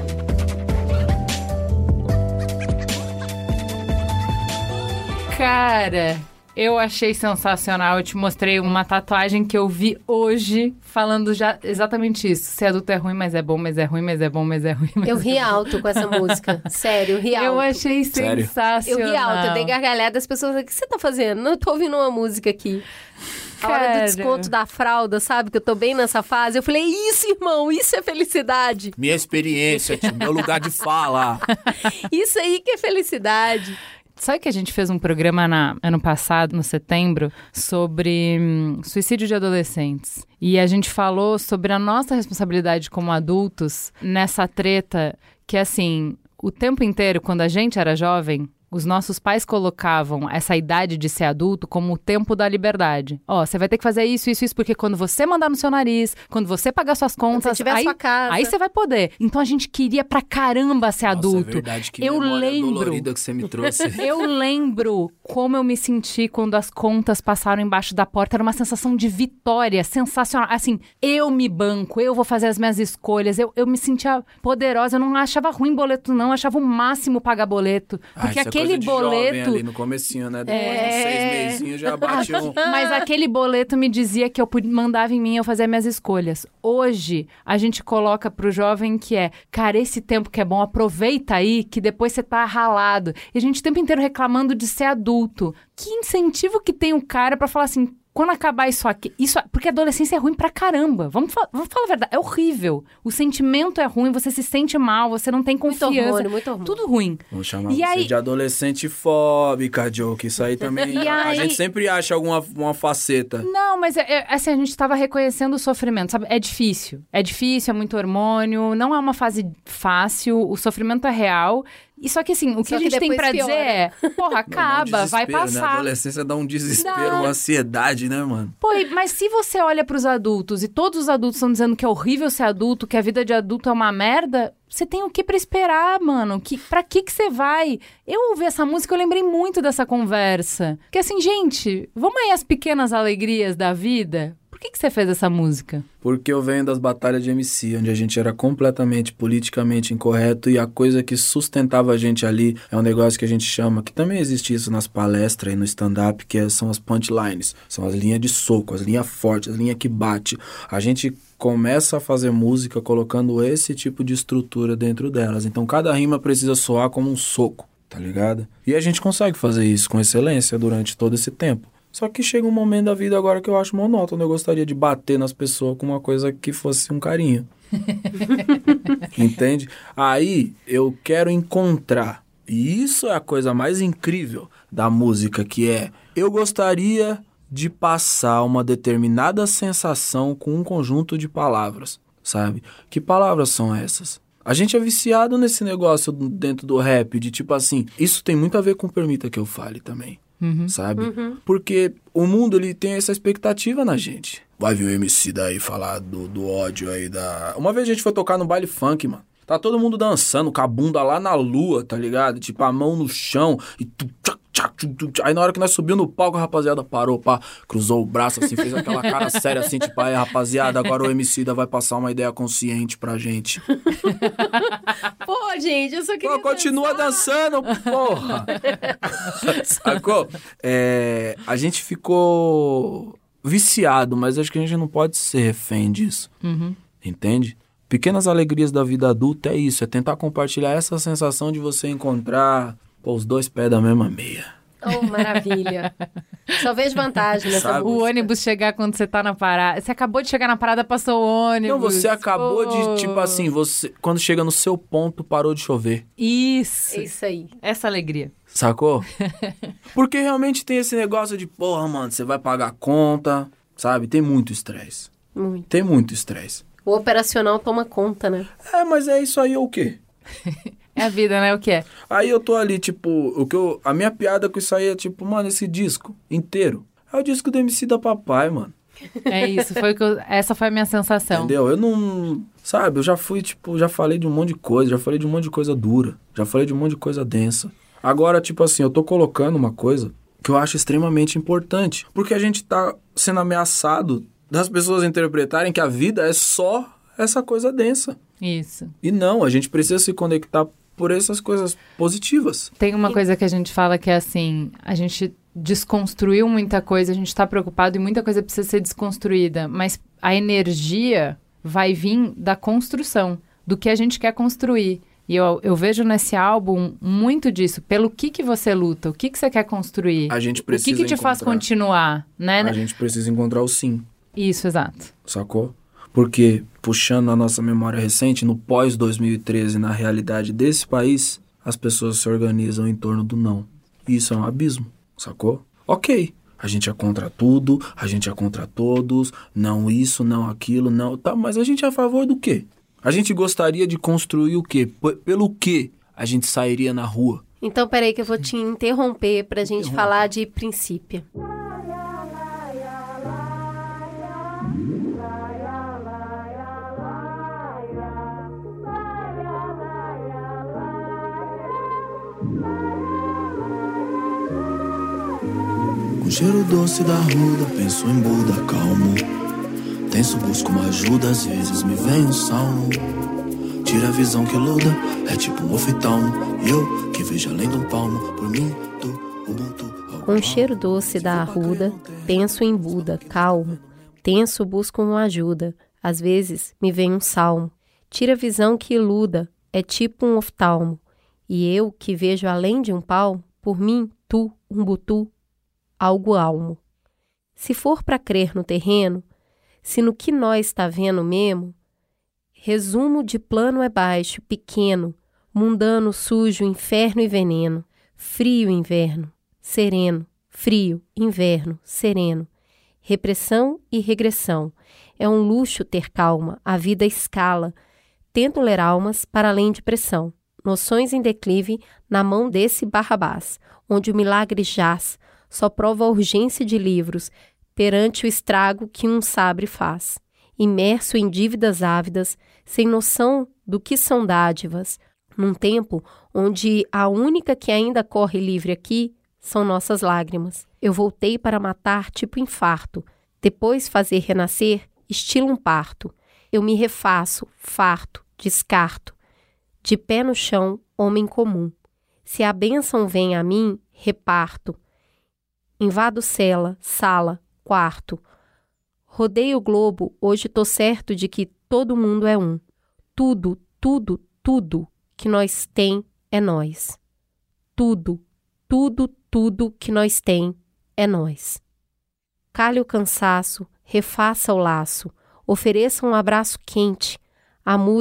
Cara, eu achei sensacional. Eu te mostrei uma tatuagem que eu vi hoje falando já exatamente isso. Ser adulto é ruim, mas é bom, mas é ruim, mas é bom, mas é ruim. Eu ri alto com essa música. Sério, eu ri alto. Eu achei Sério? sensacional. Eu ri alto, eu dei gargalhada, as pessoas, o que você tá fazendo? Não, eu tô ouvindo uma música aqui. A hora do Cara. desconto da fralda, sabe? Que eu tô bem nessa fase. Eu falei, isso, irmão, isso é felicidade. Minha experiência, tio, meu lugar de fala. Isso aí que é felicidade. Sabe que a gente fez um programa ano passado, no setembro, sobre suicídio de adolescentes. E a gente falou sobre a nossa responsabilidade como adultos nessa treta que, assim, o tempo inteiro, quando a gente era jovem, os nossos pais colocavam essa idade de ser adulto como o tempo da liberdade. Ó, você vai ter que fazer isso, isso, isso, porque quando você mandar no seu nariz, quando você pagar suas contas, Quando você tiver a sua casa. aí você vai poder. Então a gente queria pra caramba ser adulto. É verdade, que Eu memória lembro. dolorida que você me trouxe. Eu lembro como eu me senti quando as contas passaram embaixo da porta. Era uma sensação de vitória sensacional. Assim, eu me banco, eu vou fazer as minhas escolhas. Eu me sentia poderosa. Eu não achava ruim boleto, não. Eu achava o máximo pagar boleto. Porque isso é aquele coisa de jovem boleto... ali no comecinho, né? Depois de 6 mesinhos já bate um... Mas aquele boleto me dizia que eu mandava em mim, eu fazia minhas escolhas. Hoje, a gente coloca pro jovem que é, cara, esse tempo que é bom, aproveita aí, que depois você tá ralado. E a gente o tempo inteiro reclamando de ser adulto. Que incentivo que tem o cara pra falar assim, quando acabar isso aqui... porque a adolescência é ruim pra caramba. Vamos falar a verdade, é horrível. O sentimento é ruim, você se sente mal, você não tem confiança. Muito hormônio. Tudo ruim. Vou chamar E você aí- de adolescente fóbica, Joe, que isso aí também... E A aí- gente sempre acha uma faceta. Não, mas assim, a gente tava reconhecendo o sofrimento, sabe? É difícil, é muito hormônio, não é uma fase fácil, o sofrimento é real. E só que assim, o que Só a que gente tem depois pra piora. dizer é, porra, acaba, Dá um vai desespero, né? A passar. adolescência dá um desespero, Dá. uma ansiedade, né, mano? Pô, mas se você olha pros adultos e todos os adultos estão dizendo que é horrível ser adulto, que a vida de adulto é uma merda, você tem o que pra esperar, mano? Pra que você vai? Eu ouvi essa música, eu lembrei muito dessa conversa. Que assim, gente, vamos aí às pequenas alegrias da vida? Por que você fez essa música? Porque eu venho das batalhas de MC, onde a gente era completamente politicamente incorreto e a coisa que sustentava a gente ali é um negócio que a gente chama, que também existe isso nas palestras e no stand-up, que são as punchlines. São as linhas de soco, as linhas fortes, as linhas que bate. A gente começa a fazer música colocando esse tipo de estrutura dentro delas. Então cada rima precisa soar como um soco, tá ligado? E a gente consegue fazer isso com excelência durante todo esse tempo. Só que chega um momento da vida agora que eu acho monótono. Eu gostaria de bater nas pessoas com uma coisa que fosse um carinho. Entende? Aí eu quero encontrar, e isso é a coisa mais incrível da música, que é, eu gostaria de passar uma determinada sensação com um conjunto de palavras, sabe? Que palavras são essas? A gente é viciado nesse negócio dentro do rap, de tipo assim, isso tem muito a ver com Permita Que Eu Fale também, sabe? Porque o mundo, ele tem essa expectativa na gente. Vai vir o MC daí falar do ódio aí da... Uma vez a gente foi tocar no baile funk, mano. Tá todo mundo dançando com a bunda lá na lua, tá ligado? Tipo, a mão no chão e... Aí na hora que nós subimos no palco, a rapaziada parou, pá, cruzou o braço assim, fez aquela cara séria assim, tipo, aí rapaziada, agora o Emicida vai passar uma ideia consciente pra gente. Pô, gente, eu só queria continua dançando, porra! Sacou? A gente ficou viciado, mas acho que a gente não pode ser refém disso. Entende? Pequenas alegrias da vida adulta é isso, é tentar compartilhar essa sensação de você encontrar... Pô, os dois pés da mesma meia. Oh, maravilha. Só vejo vantagem nessa música. O ônibus chegar quando você tá na parada. Você acabou de chegar na parada, passou o ônibus. Não, você acabou de, tipo assim, você quando chega no seu ponto, parou de chover. Isso. É isso aí. Essa alegria. Sacou? Porque realmente tem esse negócio de, porra, mano, você vai pagar a conta, sabe? Tem muito estresse. Muito. Tem muito estresse. O operacional toma conta, né? Mas é isso aí ou o quê? É a vida, né? O que é? Aí eu tô ali, tipo, a minha piada com isso aí é tipo, mano, esse disco inteiro é o disco do MC da Papai, mano. É isso, essa foi a minha sensação. Entendeu? Eu não... Sabe, eu já fui, tipo, já falei de um monte de coisa, já falei de um monte de coisa dura, já falei de um monte de coisa densa. Agora, tipo assim, eu tô colocando uma coisa que eu acho extremamente importante, porque a gente tá sendo ameaçado das pessoas interpretarem que a vida é só essa coisa densa. Isso. E não, a gente precisa se conectar por essas coisas positivas. Tem uma coisa que a gente fala que é assim, a gente desconstruiu muita coisa, a gente tá preocupado e muita coisa precisa ser desconstruída, mas a energia vai vir da construção, do que a gente quer construir. E eu vejo nesse álbum muito disso, pelo que você luta, o que você quer construir, A gente precisa o que te faz continuar, né? A gente precisa encontrar o sim. Isso, exato. Sacou? Porque, puxando a nossa memória recente, no pós-2013, na realidade desse país, as pessoas se organizam em torno do não. E isso é um abismo, sacou? Ok, a gente é contra tudo, a gente é contra todos, não isso, não aquilo, não... Tá, mas a gente é a favor do quê? A gente gostaria de construir o quê? Pelo quê a gente sairia na rua? Então, peraí que eu vou te interromper pra gente falar de princípio. Com o cheiro doce da ruda, penso em Buda, calmo. Tenso, busco uma ajuda, às vezes me vem um salmo. Tira a visão que iluda, é tipo um oftalmo. E eu, que vejo além de um palmo, por mim, tu, Ubuntu. Com o cheiro doce da arruda, penso em Buda, calmo. Tenso, busco uma ajuda, às vezes me vem um salmo. Tira a visão que iluda, é tipo um oftalmo. E eu, que vejo além de um palmo, por mim, tu, Ubuntu, algo almo. Se for para crer no terreno, se no que nós tá vendo mesmo, resumo de plano é baixo, pequeno, mundano, sujo, inferno e veneno, frio inverno, sereno, frio, inverno, sereno, repressão e regressão. É um luxo ter calma, a vida escala. Tento ler almas para além de pressão, noções em declive na mão desse Barrabás, onde o milagre jaz, só prova a urgência de livros perante o estrago que um sabre faz. Imerso em dívidas ávidas, sem noção do que são dádivas, num tempo onde a única que ainda corre livre aqui são nossas lágrimas. Eu voltei para matar tipo infarto, depois fazer renascer estilo um parto. Eu me refaço, farto, descarto, de pé no chão, homem comum. Se a bênção vem a mim, reparto. Invado cela, sala, quarto. Rodeio o globo, hoje tô certo de que todo mundo é um. Tudo, tudo, tudo que nós tem é nós. Tudo, tudo, tudo que nós tem é nós. Cale o cansaço, refaça o laço, ofereça um abraço quente. A música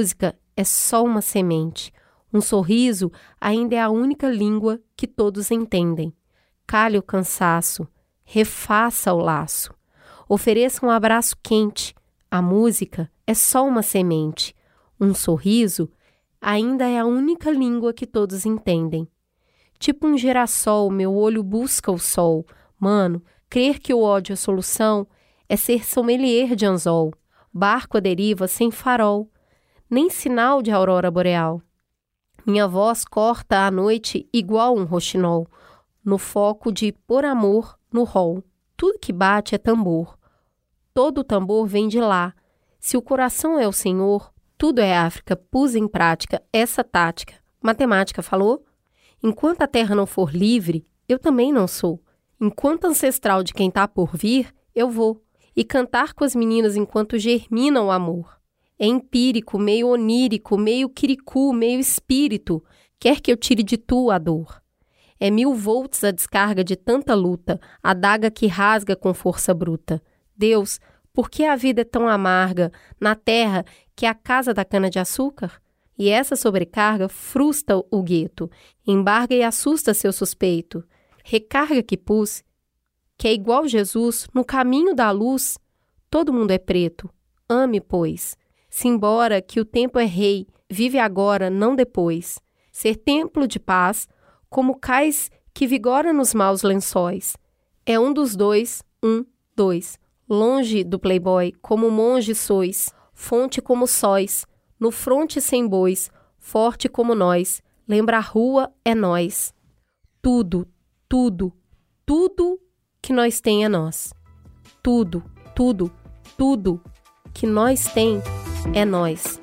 é só uma semente. Um sorriso ainda é a única língua que todos entendem. Cale o cansaço, refaça o laço. Ofereça um abraço quente. A música é só uma semente. Um sorriso ainda é a única língua que todos entendem. Tipo um girassol, meu olho busca o sol. Mano, crer que o ódio é solução é ser sommelier de anzol. Barco à deriva sem farol, nem sinal de aurora boreal. Minha voz corta a noite igual um roxinol, no foco de pôr amor no rol. Tudo que bate é tambor. Todo tambor vem de lá. Se o coração é o Senhor, tudo é África. Pus em prática essa tática. Matemática falou? Enquanto a terra não for livre, eu também não sou. Enquanto ancestral de quem tá por vir, eu vou. E cantar com as meninas enquanto germina o amor. É empírico, meio onírico, meio quiricu, meio espírito. Quer que eu tire de tu a dor. É 1000 volts a descarga de tanta luta, a daga que rasga com força bruta. Deus, por que a vida é tão amarga na terra que é a casa da cana-de-açúcar? E essa sobrecarga frustra o gueto, embarga e assusta seu suspeito. Recarga que pus, que é igual Jesus, no caminho da luz. Todo mundo é preto, ame, pois. Simbora que o tempo é rei, vive agora, não depois. Ser templo de paz, como cais que vigora nos maus lençóis. É um dos dois, longe do playboy, como monge sois, fonte como sóis, no fronte sem bois, forte como nós, lembra a rua é nós. Tudo, tudo, tudo que nós tem é nós. Tudo, tudo, tudo que nós tem é nós.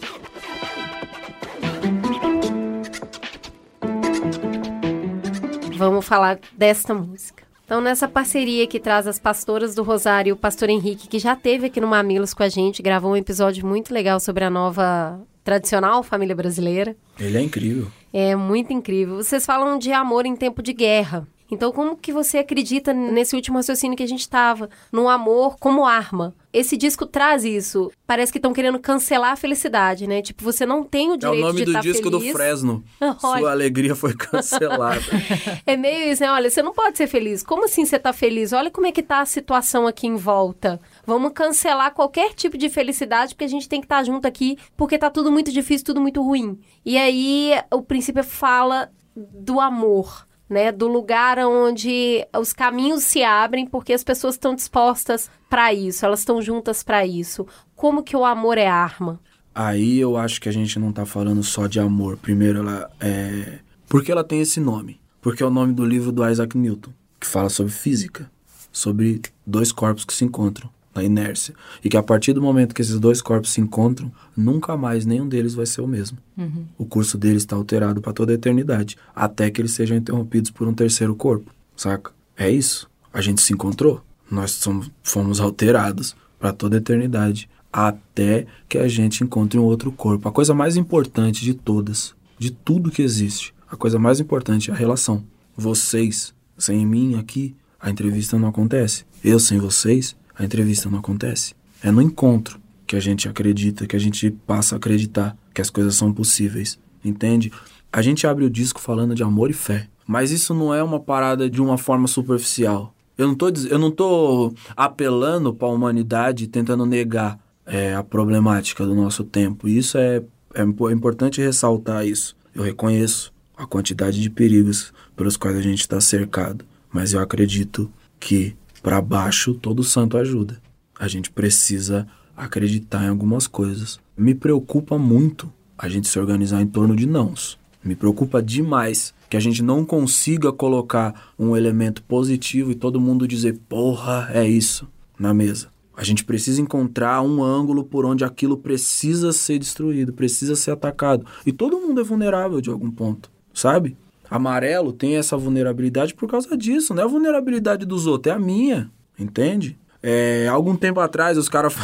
Vamos falar desta música. Então, nessa parceria que traz as pastoras do Rosário e o pastor Henrique, que já esteve aqui no Mamilos com a gente, gravou um episódio muito legal sobre a nova tradicional família brasileira. Ele é incrível. É muito incrível. Vocês falam de amor em tempo de guerra. Então, como que você acredita nesse último raciocínio que a gente estava, no amor como arma? Esse disco traz isso. Parece que estão querendo cancelar a felicidade, né? Tipo, você não tem o direito de estar feliz. É o nome do disco do Fresno. Sua alegria foi cancelada. É meio isso, né? Olha, você não pode ser feliz. Como assim você tá feliz? Olha como é que tá a situação aqui em volta. Vamos cancelar qualquer tipo de felicidade, porque a gente tem que estar junto aqui, porque tá tudo muito difícil, tudo muito ruim. E aí, o princípio fala do amor, né, do lugar onde os caminhos se abrem porque as pessoas estão dispostas para isso, elas estão juntas para isso. Como que o amor é arma? Aí eu acho que a gente não tá falando só de amor. Primeiro, por que ela tem esse nome? Porque é o nome do livro do Isaac Newton, que fala sobre física, sobre dois corpos que se encontram, na inércia. E que a partir do momento que esses dois corpos se encontram, nunca mais nenhum deles vai ser o mesmo. Uhum. O curso deles está alterado para toda a eternidade, até que eles sejam interrompidos por um terceiro corpo, saca? É isso. A gente se encontrou, nós fomos alterados para toda a eternidade, até que a gente encontre um outro corpo. A coisa mais importante de todas, de tudo que existe, a coisa mais importante é a relação. Vocês, sem mim aqui, a entrevista não acontece. Eu sem vocês, a entrevista não acontece. É no encontro que a gente acredita, que a gente passa a acreditar que as coisas são possíveis, entende? A gente abre o disco falando de amor e fé, mas isso não é uma parada de uma forma superficial. Eu não tô apelando para a humanidade, tentando negar a problemática do nosso tempo. E isso é importante ressaltar isso. Eu reconheço a quantidade de perigos pelos quais a gente está cercado, mas eu acredito que para baixo, todo santo ajuda. A gente precisa acreditar em algumas coisas. Me preocupa muito a gente se organizar em torno de nãos. Me preocupa demais que a gente não consiga colocar um elemento positivo e todo mundo dizer, porra, é isso, na mesa. A gente precisa encontrar um ângulo por onde aquilo precisa ser destruído, precisa ser atacado. E todo mundo é vulnerável de algum ponto, sabe? Amarelo tem essa vulnerabilidade por causa disso, não é a vulnerabilidade dos outros, é a minha, entende? Algum tempo atrás, os caras...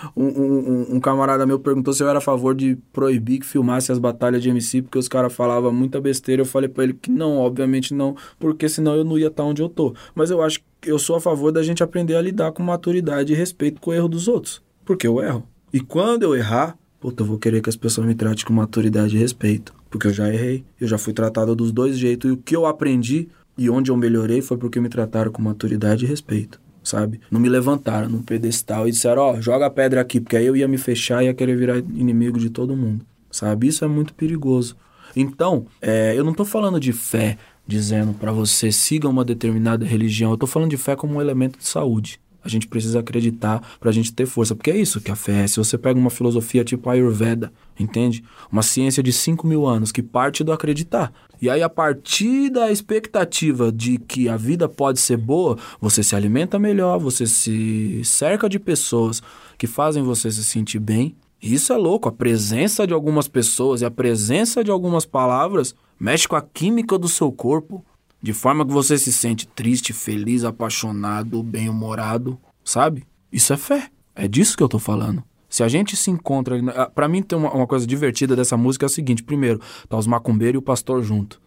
um camarada meu perguntou se eu era a favor de proibir que filmasse as batalhas de MC, porque os caras falavam muita besteira. Eu falei pra ele que não, obviamente não, porque senão eu não ia estar onde eu tô. Mas eu acho que eu sou a favor da gente aprender a lidar com maturidade e respeito com o erro dos outros, porque eu erro. E quando eu errar, puta, eu vou querer que as pessoas me tratem com maturidade e respeito. Porque eu já errei, eu já fui tratado dos dois jeitos. E o que eu aprendi e onde eu melhorei foi porque me trataram com maturidade e respeito, sabe? Não me levantaram num pedestal e disseram, ó, joga a pedra aqui, porque aí eu ia me fechar e ia querer virar inimigo de todo mundo, sabe? Isso é muito perigoso. Então, eu não tô falando de fé, dizendo pra você siga uma determinada religião. Eu tô falando de fé como um elemento de saúde. A gente precisa acreditar pra gente ter força, porque é isso que a fé é. Se você pega uma filosofia tipo Ayurveda, entende? Uma ciência de 5.000 anos que parte do acreditar. E aí, a partir da expectativa de que a vida pode ser boa, você se alimenta melhor, você se cerca de pessoas que fazem você se sentir bem. E isso é louco, a presença de algumas pessoas e a presença de algumas palavras mexe com a química do seu corpo, de forma que você se sente triste, feliz, apaixonado, bem-humorado, sabe? Isso é fé. É disso que eu tô falando. Se a gente se encontra... Pra mim, tem uma coisa divertida dessa música é o seguinte. Primeiro, tá os macumbeiros e o pastor junto.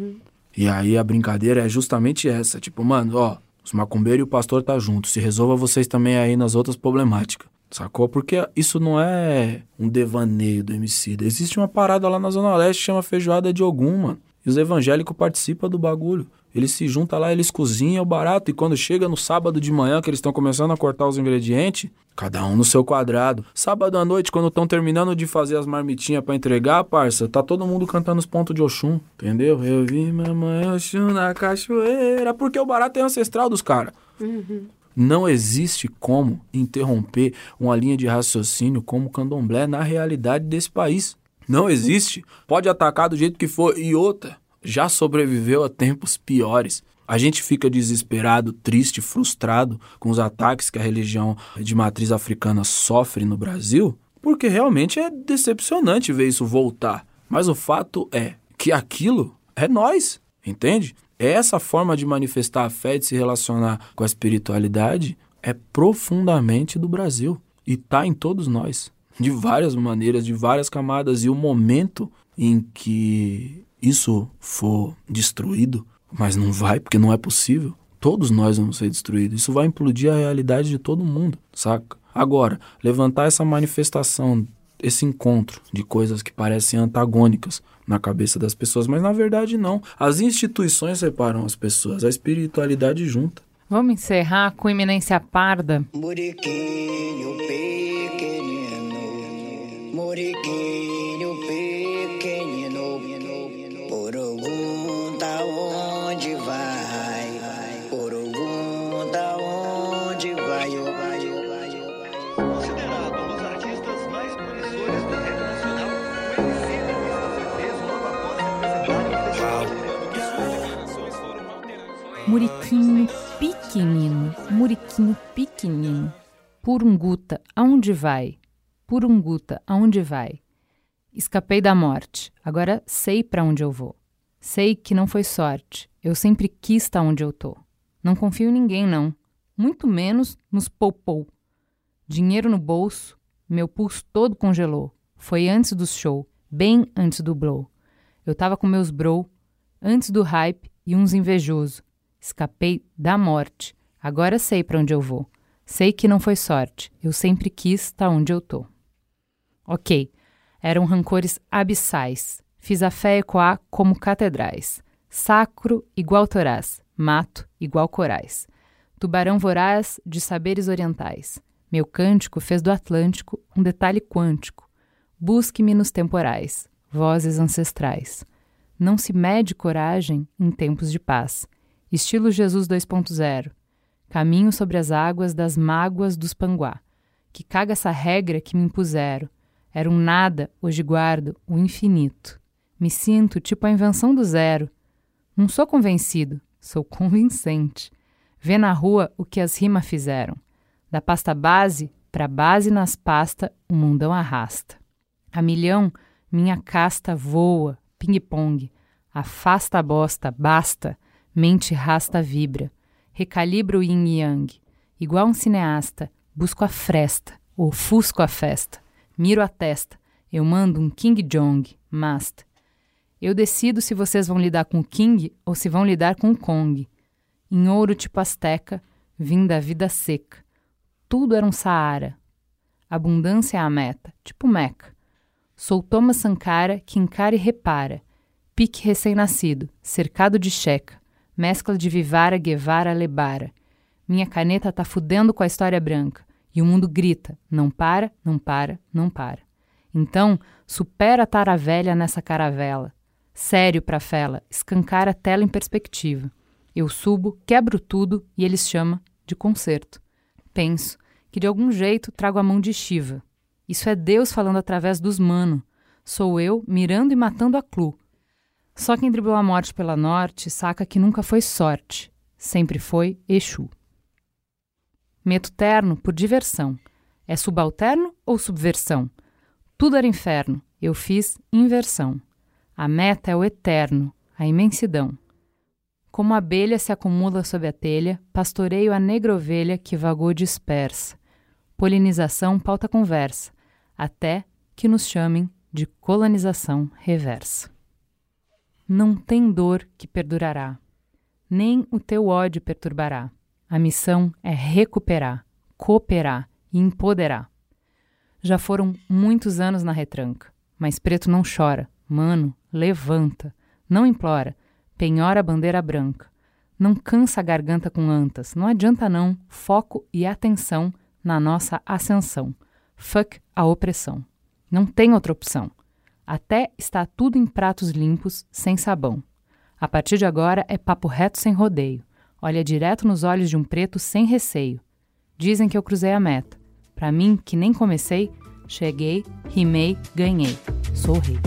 E aí, a brincadeira é justamente essa. Tipo, mano, ó, os macumbeiros e o pastor tá junto. Se resolva vocês também aí nas outras problemáticas. Sacou? Porque isso não é um devaneio do Emicida. Existe uma parada lá na Zona Leste que chama Feijoada de Ogum, mano. E os evangélicos participam do bagulho. Eles se juntam lá, eles cozinham barato. E quando chega no sábado de manhã, que eles estão começando a cortar os ingredientes, cada um no seu quadrado. Sábado à noite, quando estão terminando de fazer as marmitinhas pra entregar, parça, tá todo mundo cantando os pontos de Oxum. Entendeu? Eu vi mamãe Oxum na cachoeira. Porque o barato é ancestral dos caras. Não existe como interromper uma linha de raciocínio como o candomblé na realidade desse país. Não existe. Pode atacar do jeito que for. E outra, já sobreviveu a tempos piores. A gente fica desesperado, triste, frustrado com os ataques que a religião de matriz africana sofre no Brasil, porque realmente é decepcionante ver isso voltar. Mas o fato é que aquilo é nós, entende? Essa forma de manifestar a fé, de se relacionar com a espiritualidade, é profundamente do Brasil. E tá em todos nós. De várias maneiras, de várias camadas. E o momento em que isso for destruído, mas não vai, porque não é possível, todos nós vamos ser destruídos. Isso vai implodir a realidade de todo mundo, saca? Agora, levantar essa manifestação, esse encontro de coisas que parecem antagônicas na cabeça das pessoas, mas na verdade não. As instituições separam as pessoas, a espiritualidade junta. Vamos encerrar com Iminência Parda. Muriquinho pequenino, Muriquinho pequenino, pergunta onde vai, pergunta onde vai, Considerado um dos artistas mais promissores da rede nacional, o Emicida fez nova voz representada no festival que suas declarações foram alterações. Muriquinho pequenino, Muriquinho pequenino. Purunguta, aonde vai? Purunguta, aonde vai? Escapei da morte, agora sei pra onde eu vou. Sei que não foi sorte, eu sempre quis estar onde eu tô. Não confio em ninguém, não. Muito menos nos poupou. Dinheiro no bolso, meu pulso todo congelou. Foi antes do show, bem antes do blow. Eu tava com meus bro, antes do hype e uns invejoso. Escapei da morte, agora sei pra onde eu vou. Sei que não foi sorte, eu sempre quis estar onde eu tô. Ok, eram rancores abissais. Fiz a fé ecoar como catedrais. Sacro igual Torás, mato igual corais. Tubarão voraz de saberes orientais. Meu cântico fez do Atlântico um detalhe quântico. Busque-me nos temporais, vozes ancestrais. Não se mede coragem em tempos de paz. Estilo Jesus 2.0. Caminho sobre as águas das mágoas dos Panguá. Que caga essa regra que me impuseram. Era um nada, hoje guardo o infinito. Me sinto tipo a invenção do zero. Não sou convencido, sou convincente. Vê na rua o que as rimas fizeram. Da pasta base pra base nas pastas, o mundão arrasta. A milhão, minha casta voa, ping-pong. Afasta a bosta, basta, mente rasta vibra. Recalibra o yin e yang. Igual um cineasta, busco a fresta, ofusco a festa. Miro a testa, eu mando um King Jong, masta. Eu decido se vocês vão lidar com o King ou se vão lidar com o Kong. Em ouro tipo asteca, vim da vida seca. Tudo era um Saara. Abundância é a meta, tipo Meca. Sou Thomas Sankara que encara e repara. Pique recém-nascido, cercado de checa. Mescla de Vivara, Guevara, Lebara. Minha caneta tá fudendo com a história branca. E o mundo grita, não para, não para, não para. Então, supera a tara velha nessa caravela. Sério pra fela, escancara a tela em perspectiva. Eu subo, quebro tudo e eles chamam de concerto. Penso que de algum jeito trago a mão de Shiva. Isso é Deus falando através dos mano. Sou eu mirando e matando a Clu. Só quem driblou a morte pela norte saca que nunca foi sorte. Sempre foi Exu. Meto terno por diversão. É subalterno ou subversão? Tudo era inferno. Eu fiz inversão. A meta é o eterno, a imensidão. Como a abelha se acumula sob a telha, pastoreio a negra ovelha que vagou dispersa. Polinização pauta conversa, até que nos chamem de colonização reversa. Não tem dor que perdurará, nem o teu ódio perturbará. A missão é recuperar, cooperar e empoderar. Já foram muitos anos na retranca, mas preto não chora. Mano, levanta, não implora, penhora a bandeira branca. Não cansa a garganta com antas, não adianta não, foco e atenção na nossa ascensão. Fuck a opressão. Não tem outra opção. Até está tudo em pratos limpos, sem sabão. A partir de agora é papo reto sem rodeio. Olha direto nos olhos de um preto sem receio. Dizem que eu cruzei a meta. Pra mim, que nem comecei, cheguei, rimei, ganhei. Sou rei.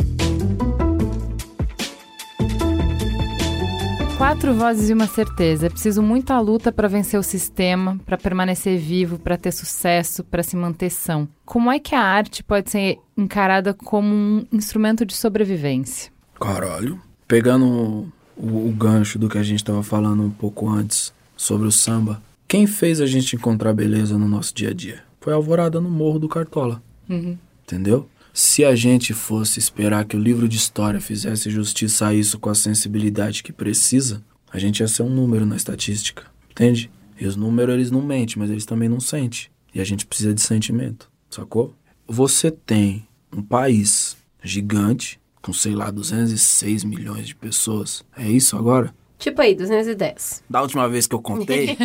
4 vozes e uma certeza. É preciso muita luta para vencer o sistema, para permanecer vivo, para ter sucesso, para se manter são. Como é que a arte pode ser encarada como um instrumento de sobrevivência? Caralho. Pegando o gancho do que a gente estava falando um pouco antes sobre o samba, quem fez a gente encontrar beleza no nosso dia a dia? Foi a alvorada no Morro do Cartola. Entendeu? Se a gente fosse esperar que o livro de história fizesse justiça a isso com a sensibilidade que precisa, a gente ia ser um número na estatística, entende? E os números, eles não mentem, mas eles também não sentem. E a gente precisa de sentimento, sacou? Você tem um país gigante, com, sei lá, 206 milhões de pessoas. É isso agora? Tipo aí, 210. Da última vez que eu contei.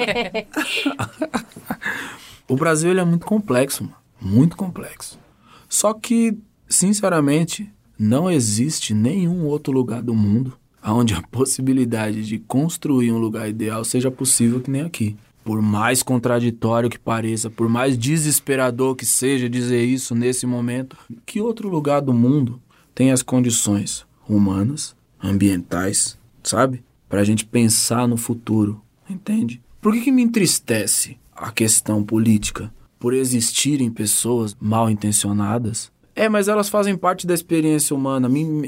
O Brasil, ele é muito complexo, mano. Muito complexo. Só que, sinceramente, não existe nenhum outro lugar do mundo onde a possibilidade de construir um lugar ideal seja possível que nem aqui. Por mais contraditório que pareça, por mais desesperador que seja dizer isso nesse momento, que outro lugar do mundo tem as condições humanas, ambientais, sabe? Pra gente pensar no futuro, entende? Por que me entristece a questão política? Por existirem pessoas mal intencionadas? Mas elas fazem parte da experiência humana.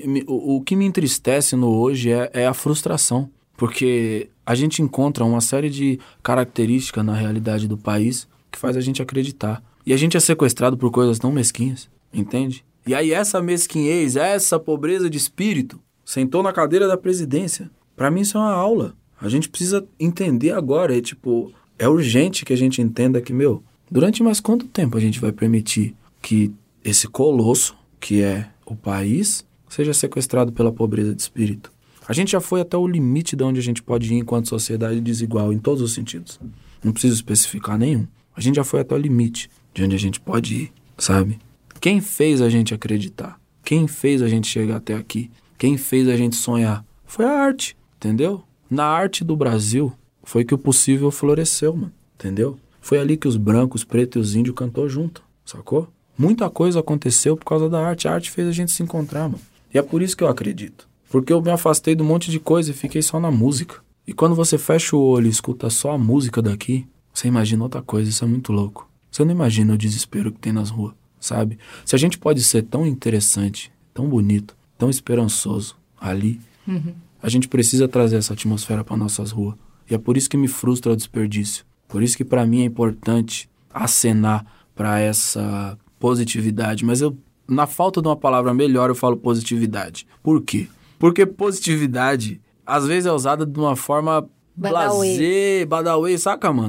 O que me entristece no hoje é a frustração. Porque a gente encontra uma série de características na realidade do país que faz a gente acreditar. E a gente é sequestrado por coisas tão mesquinhas, entende? E aí essa mesquinhez, essa pobreza de espírito, sentou na cadeira da presidência. Pra mim isso é uma aula. A gente precisa entender agora. É urgente que a gente entenda que, durante mais quanto tempo a gente vai permitir que esse colosso, que é o país, seja sequestrado pela pobreza de espírito? A gente já foi até o limite de onde a gente pode ir enquanto sociedade desigual, em todos os sentidos. Não preciso especificar nenhum. A gente já foi até o limite de onde a gente pode ir, sabe? Quem fez a gente acreditar? Quem fez a gente chegar até aqui? Quem fez a gente sonhar? Foi a arte, entendeu? Na arte do Brasil, foi que o possível floresceu, mano, entendeu? Foi ali que os brancos, os pretos e os índios cantou junto, sacou? Muita coisa aconteceu por causa da arte. A arte fez a gente se encontrar, mano. E é por isso que eu acredito. Porque eu me afastei de um monte de coisa e fiquei só na música. E quando você fecha o olho e escuta só a música daqui, você imagina outra coisa. Isso é muito louco. Você não imagina o desespero que tem nas ruas, sabe? Se a gente pode ser tão interessante, tão bonito, tão esperançoso ali, a gente precisa trazer essa atmosfera para nossas ruas. E é por isso que me frustra o desperdício. Por isso que para mim é importante acenar para essa positividade. Mas na falta de uma palavra melhor, eu falo positividade. Por quê? Porque positividade, às vezes, é usada de uma forma blasé, badauê, saca, mano?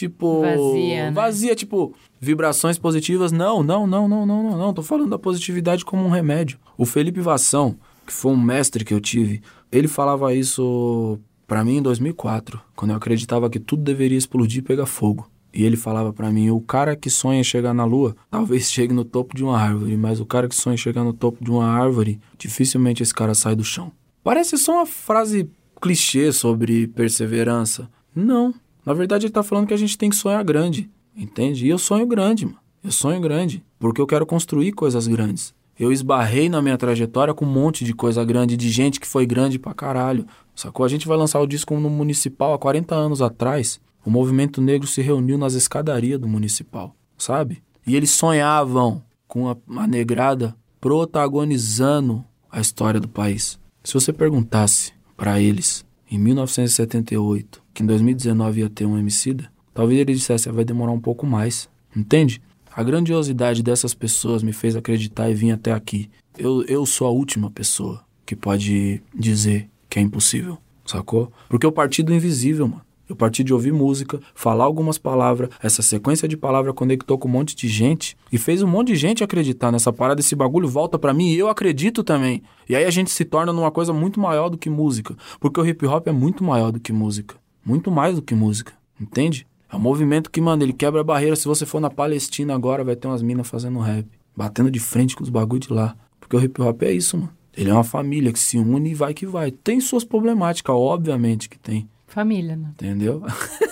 tipo... Vazia, né? Vazia, tipo, vibrações positivas. Não. Tô falando da positividade como um remédio. O Felipe Vassão, que foi um mestre que eu tive, ele falava isso pra mim em 2004, quando eu acreditava que tudo deveria explodir e pegar fogo. E ele falava pra mim, o cara que sonha em chegar na lua, talvez chegue no topo de uma árvore, mas o cara que sonha em chegar no topo de uma árvore, dificilmente esse cara sai do chão. Parece só uma frase clichê sobre perseverança. Não. Na verdade, ele tá falando que a gente tem que sonhar grande, entende? E eu sonho grande, mano. Eu sonho grande, porque eu quero construir coisas grandes. Eu esbarrei na minha trajetória com um monte de coisa grande, de gente que foi grande pra caralho. Sacou? A gente vai lançar o disco no Municipal há 40 anos atrás. O movimento negro se reuniu nas escadarias do Municipal, sabe? E eles sonhavam com a negrada protagonizando a história do país. Se você perguntasse pra eles, em 1978, que em 2019 ia ter um Emicida, talvez eles dissessem, vai demorar um pouco mais, entende? A grandiosidade dessas pessoas me fez acreditar e vir até aqui. Eu sou a última pessoa que pode dizer que é impossível, sacou? Porque eu parti do invisível, mano. Eu parti de ouvir música, falar algumas palavras, essa sequência de palavras conectou com um monte de gente e fez um monte de gente acreditar nessa parada, esse bagulho volta pra mim e eu acredito também. E aí a gente se torna numa coisa muito maior do que música, porque o hip hop é muito maior do que música, muito mais do que música, entende? É um movimento que, mano, ele quebra a barreira. Se você for na Palestina agora, vai ter umas minas fazendo rap, batendo de frente com os bagulho de lá, porque o hip hop é isso, mano. Ele é uma família que se une e vai que vai. Tem suas problemáticas, obviamente que tem. Família, né? Entendeu?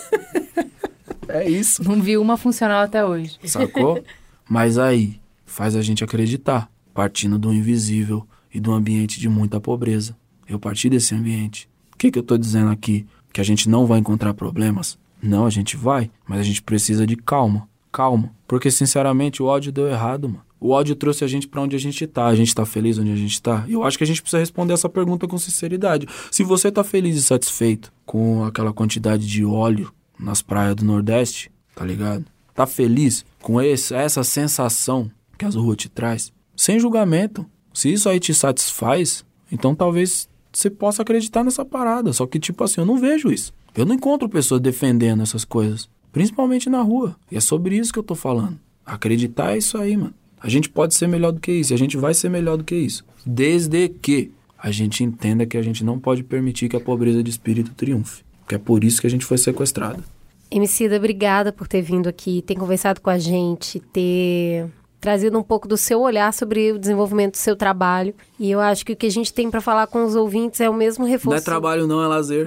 É isso. Não vi uma funcional até hoje. Sacou? Mas aí, faz a gente acreditar, partindo do invisível e do ambiente de muita pobreza. Eu parti desse ambiente. O que eu tô dizendo aqui? Que a gente não vai encontrar problemas? Não, a gente vai, mas a gente precisa de calma. Calma. Porque, sinceramente, o ódio deu errado, mano. O ódio trouxe a gente pra onde a gente tá. A gente tá feliz onde a gente tá? E eu acho que a gente precisa responder essa pergunta com sinceridade. Se você tá feliz e satisfeito com aquela quantidade de óleo nas praias do Nordeste, tá ligado? Tá feliz com essa sensação que as ruas te traz? Sem julgamento. Se isso aí te satisfaz, então talvez você possa acreditar nessa parada. Só que, tipo assim, eu não vejo isso. Eu não encontro pessoas defendendo essas coisas. Principalmente na rua. E é sobre isso que eu tô falando. Acreditar é isso aí, mano. A gente pode ser melhor do que isso, e a gente vai ser melhor do que isso. Desde que a gente entenda que a gente não pode permitir que a pobreza de espírito triunfe. Que é por isso que a gente foi sequestrado. Emicida, obrigada por ter vindo aqui, ter conversado com a gente, ter trazido um pouco do seu olhar sobre o desenvolvimento do seu trabalho. E eu acho que o que a gente tem para falar com os ouvintes é o mesmo reforço. Não é trabalho não, é lazer.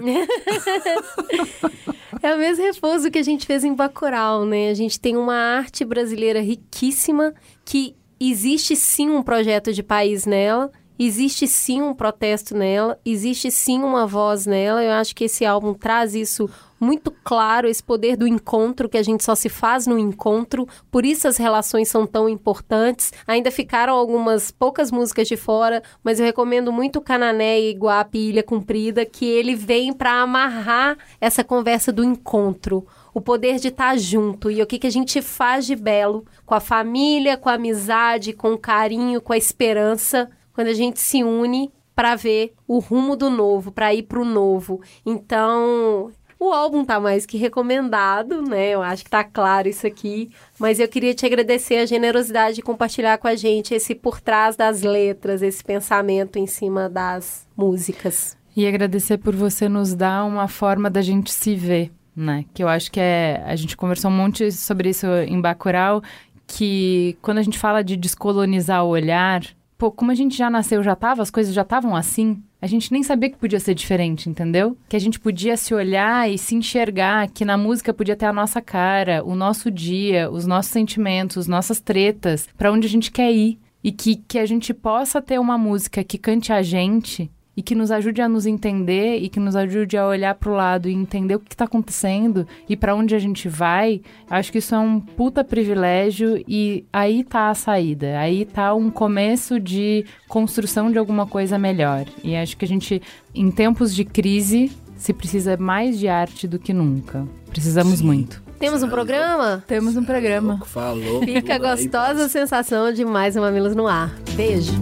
É o mesmo reforço que a gente fez em Bacurau, né? A gente tem uma arte brasileira riquíssima, que existe sim um projeto de país nela, existe sim um protesto nela, existe sim uma voz nela. Eu acho que esse álbum traz isso muito claro, esse poder do encontro, que a gente só se faz no encontro, por isso as relações são tão importantes. Ainda ficaram algumas poucas músicas de fora, mas eu recomendo muito Canané, Iguape e Ilha Comprida, que ele vem para amarrar essa conversa do encontro, o poder de estar junto e o que a gente faz de belo com a família, com a amizade, com o carinho, com a esperança, quando a gente se une para ver o rumo do novo, para ir para o novo. Então, o álbum tá mais que recomendado, né? Eu acho que tá claro isso aqui. Mas eu queria te agradecer a generosidade de compartilhar com a gente esse por trás das letras, esse pensamento em cima das músicas. E agradecer por você nos dar uma forma da gente se ver, né? Que eu acho que a gente conversou um monte sobre isso em Bacurau, que quando a gente fala de descolonizar o olhar, pô, como a gente já nasceu, as coisas já estavam assim, a gente nem sabia que podia ser diferente, entendeu? Que a gente podia se olhar e se enxergar, que na música podia ter a nossa cara, o nosso dia, os nossos sentimentos, nossas tretas, pra onde a gente quer ir. E que a gente possa ter uma música que cante a gente e que nos ajude a nos entender e que nos ajude a olhar pro lado e entender o que tá acontecendo e pra onde a gente vai. Acho que isso é um puta privilégio e aí tá a saída, aí tá um começo de construção de alguma coisa melhor. E acho que a gente, em tempos de crise, se precisa mais de arte do que nunca. Precisamos muito. Temos um programa? Temos um programa. Falou. Fica a gostosa sensação de mais um Mamilos no Ar. Beijo.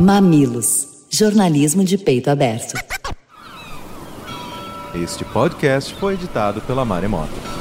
Mamilos, jornalismo de peito aberto. Este podcast foi editado pela Maremoto.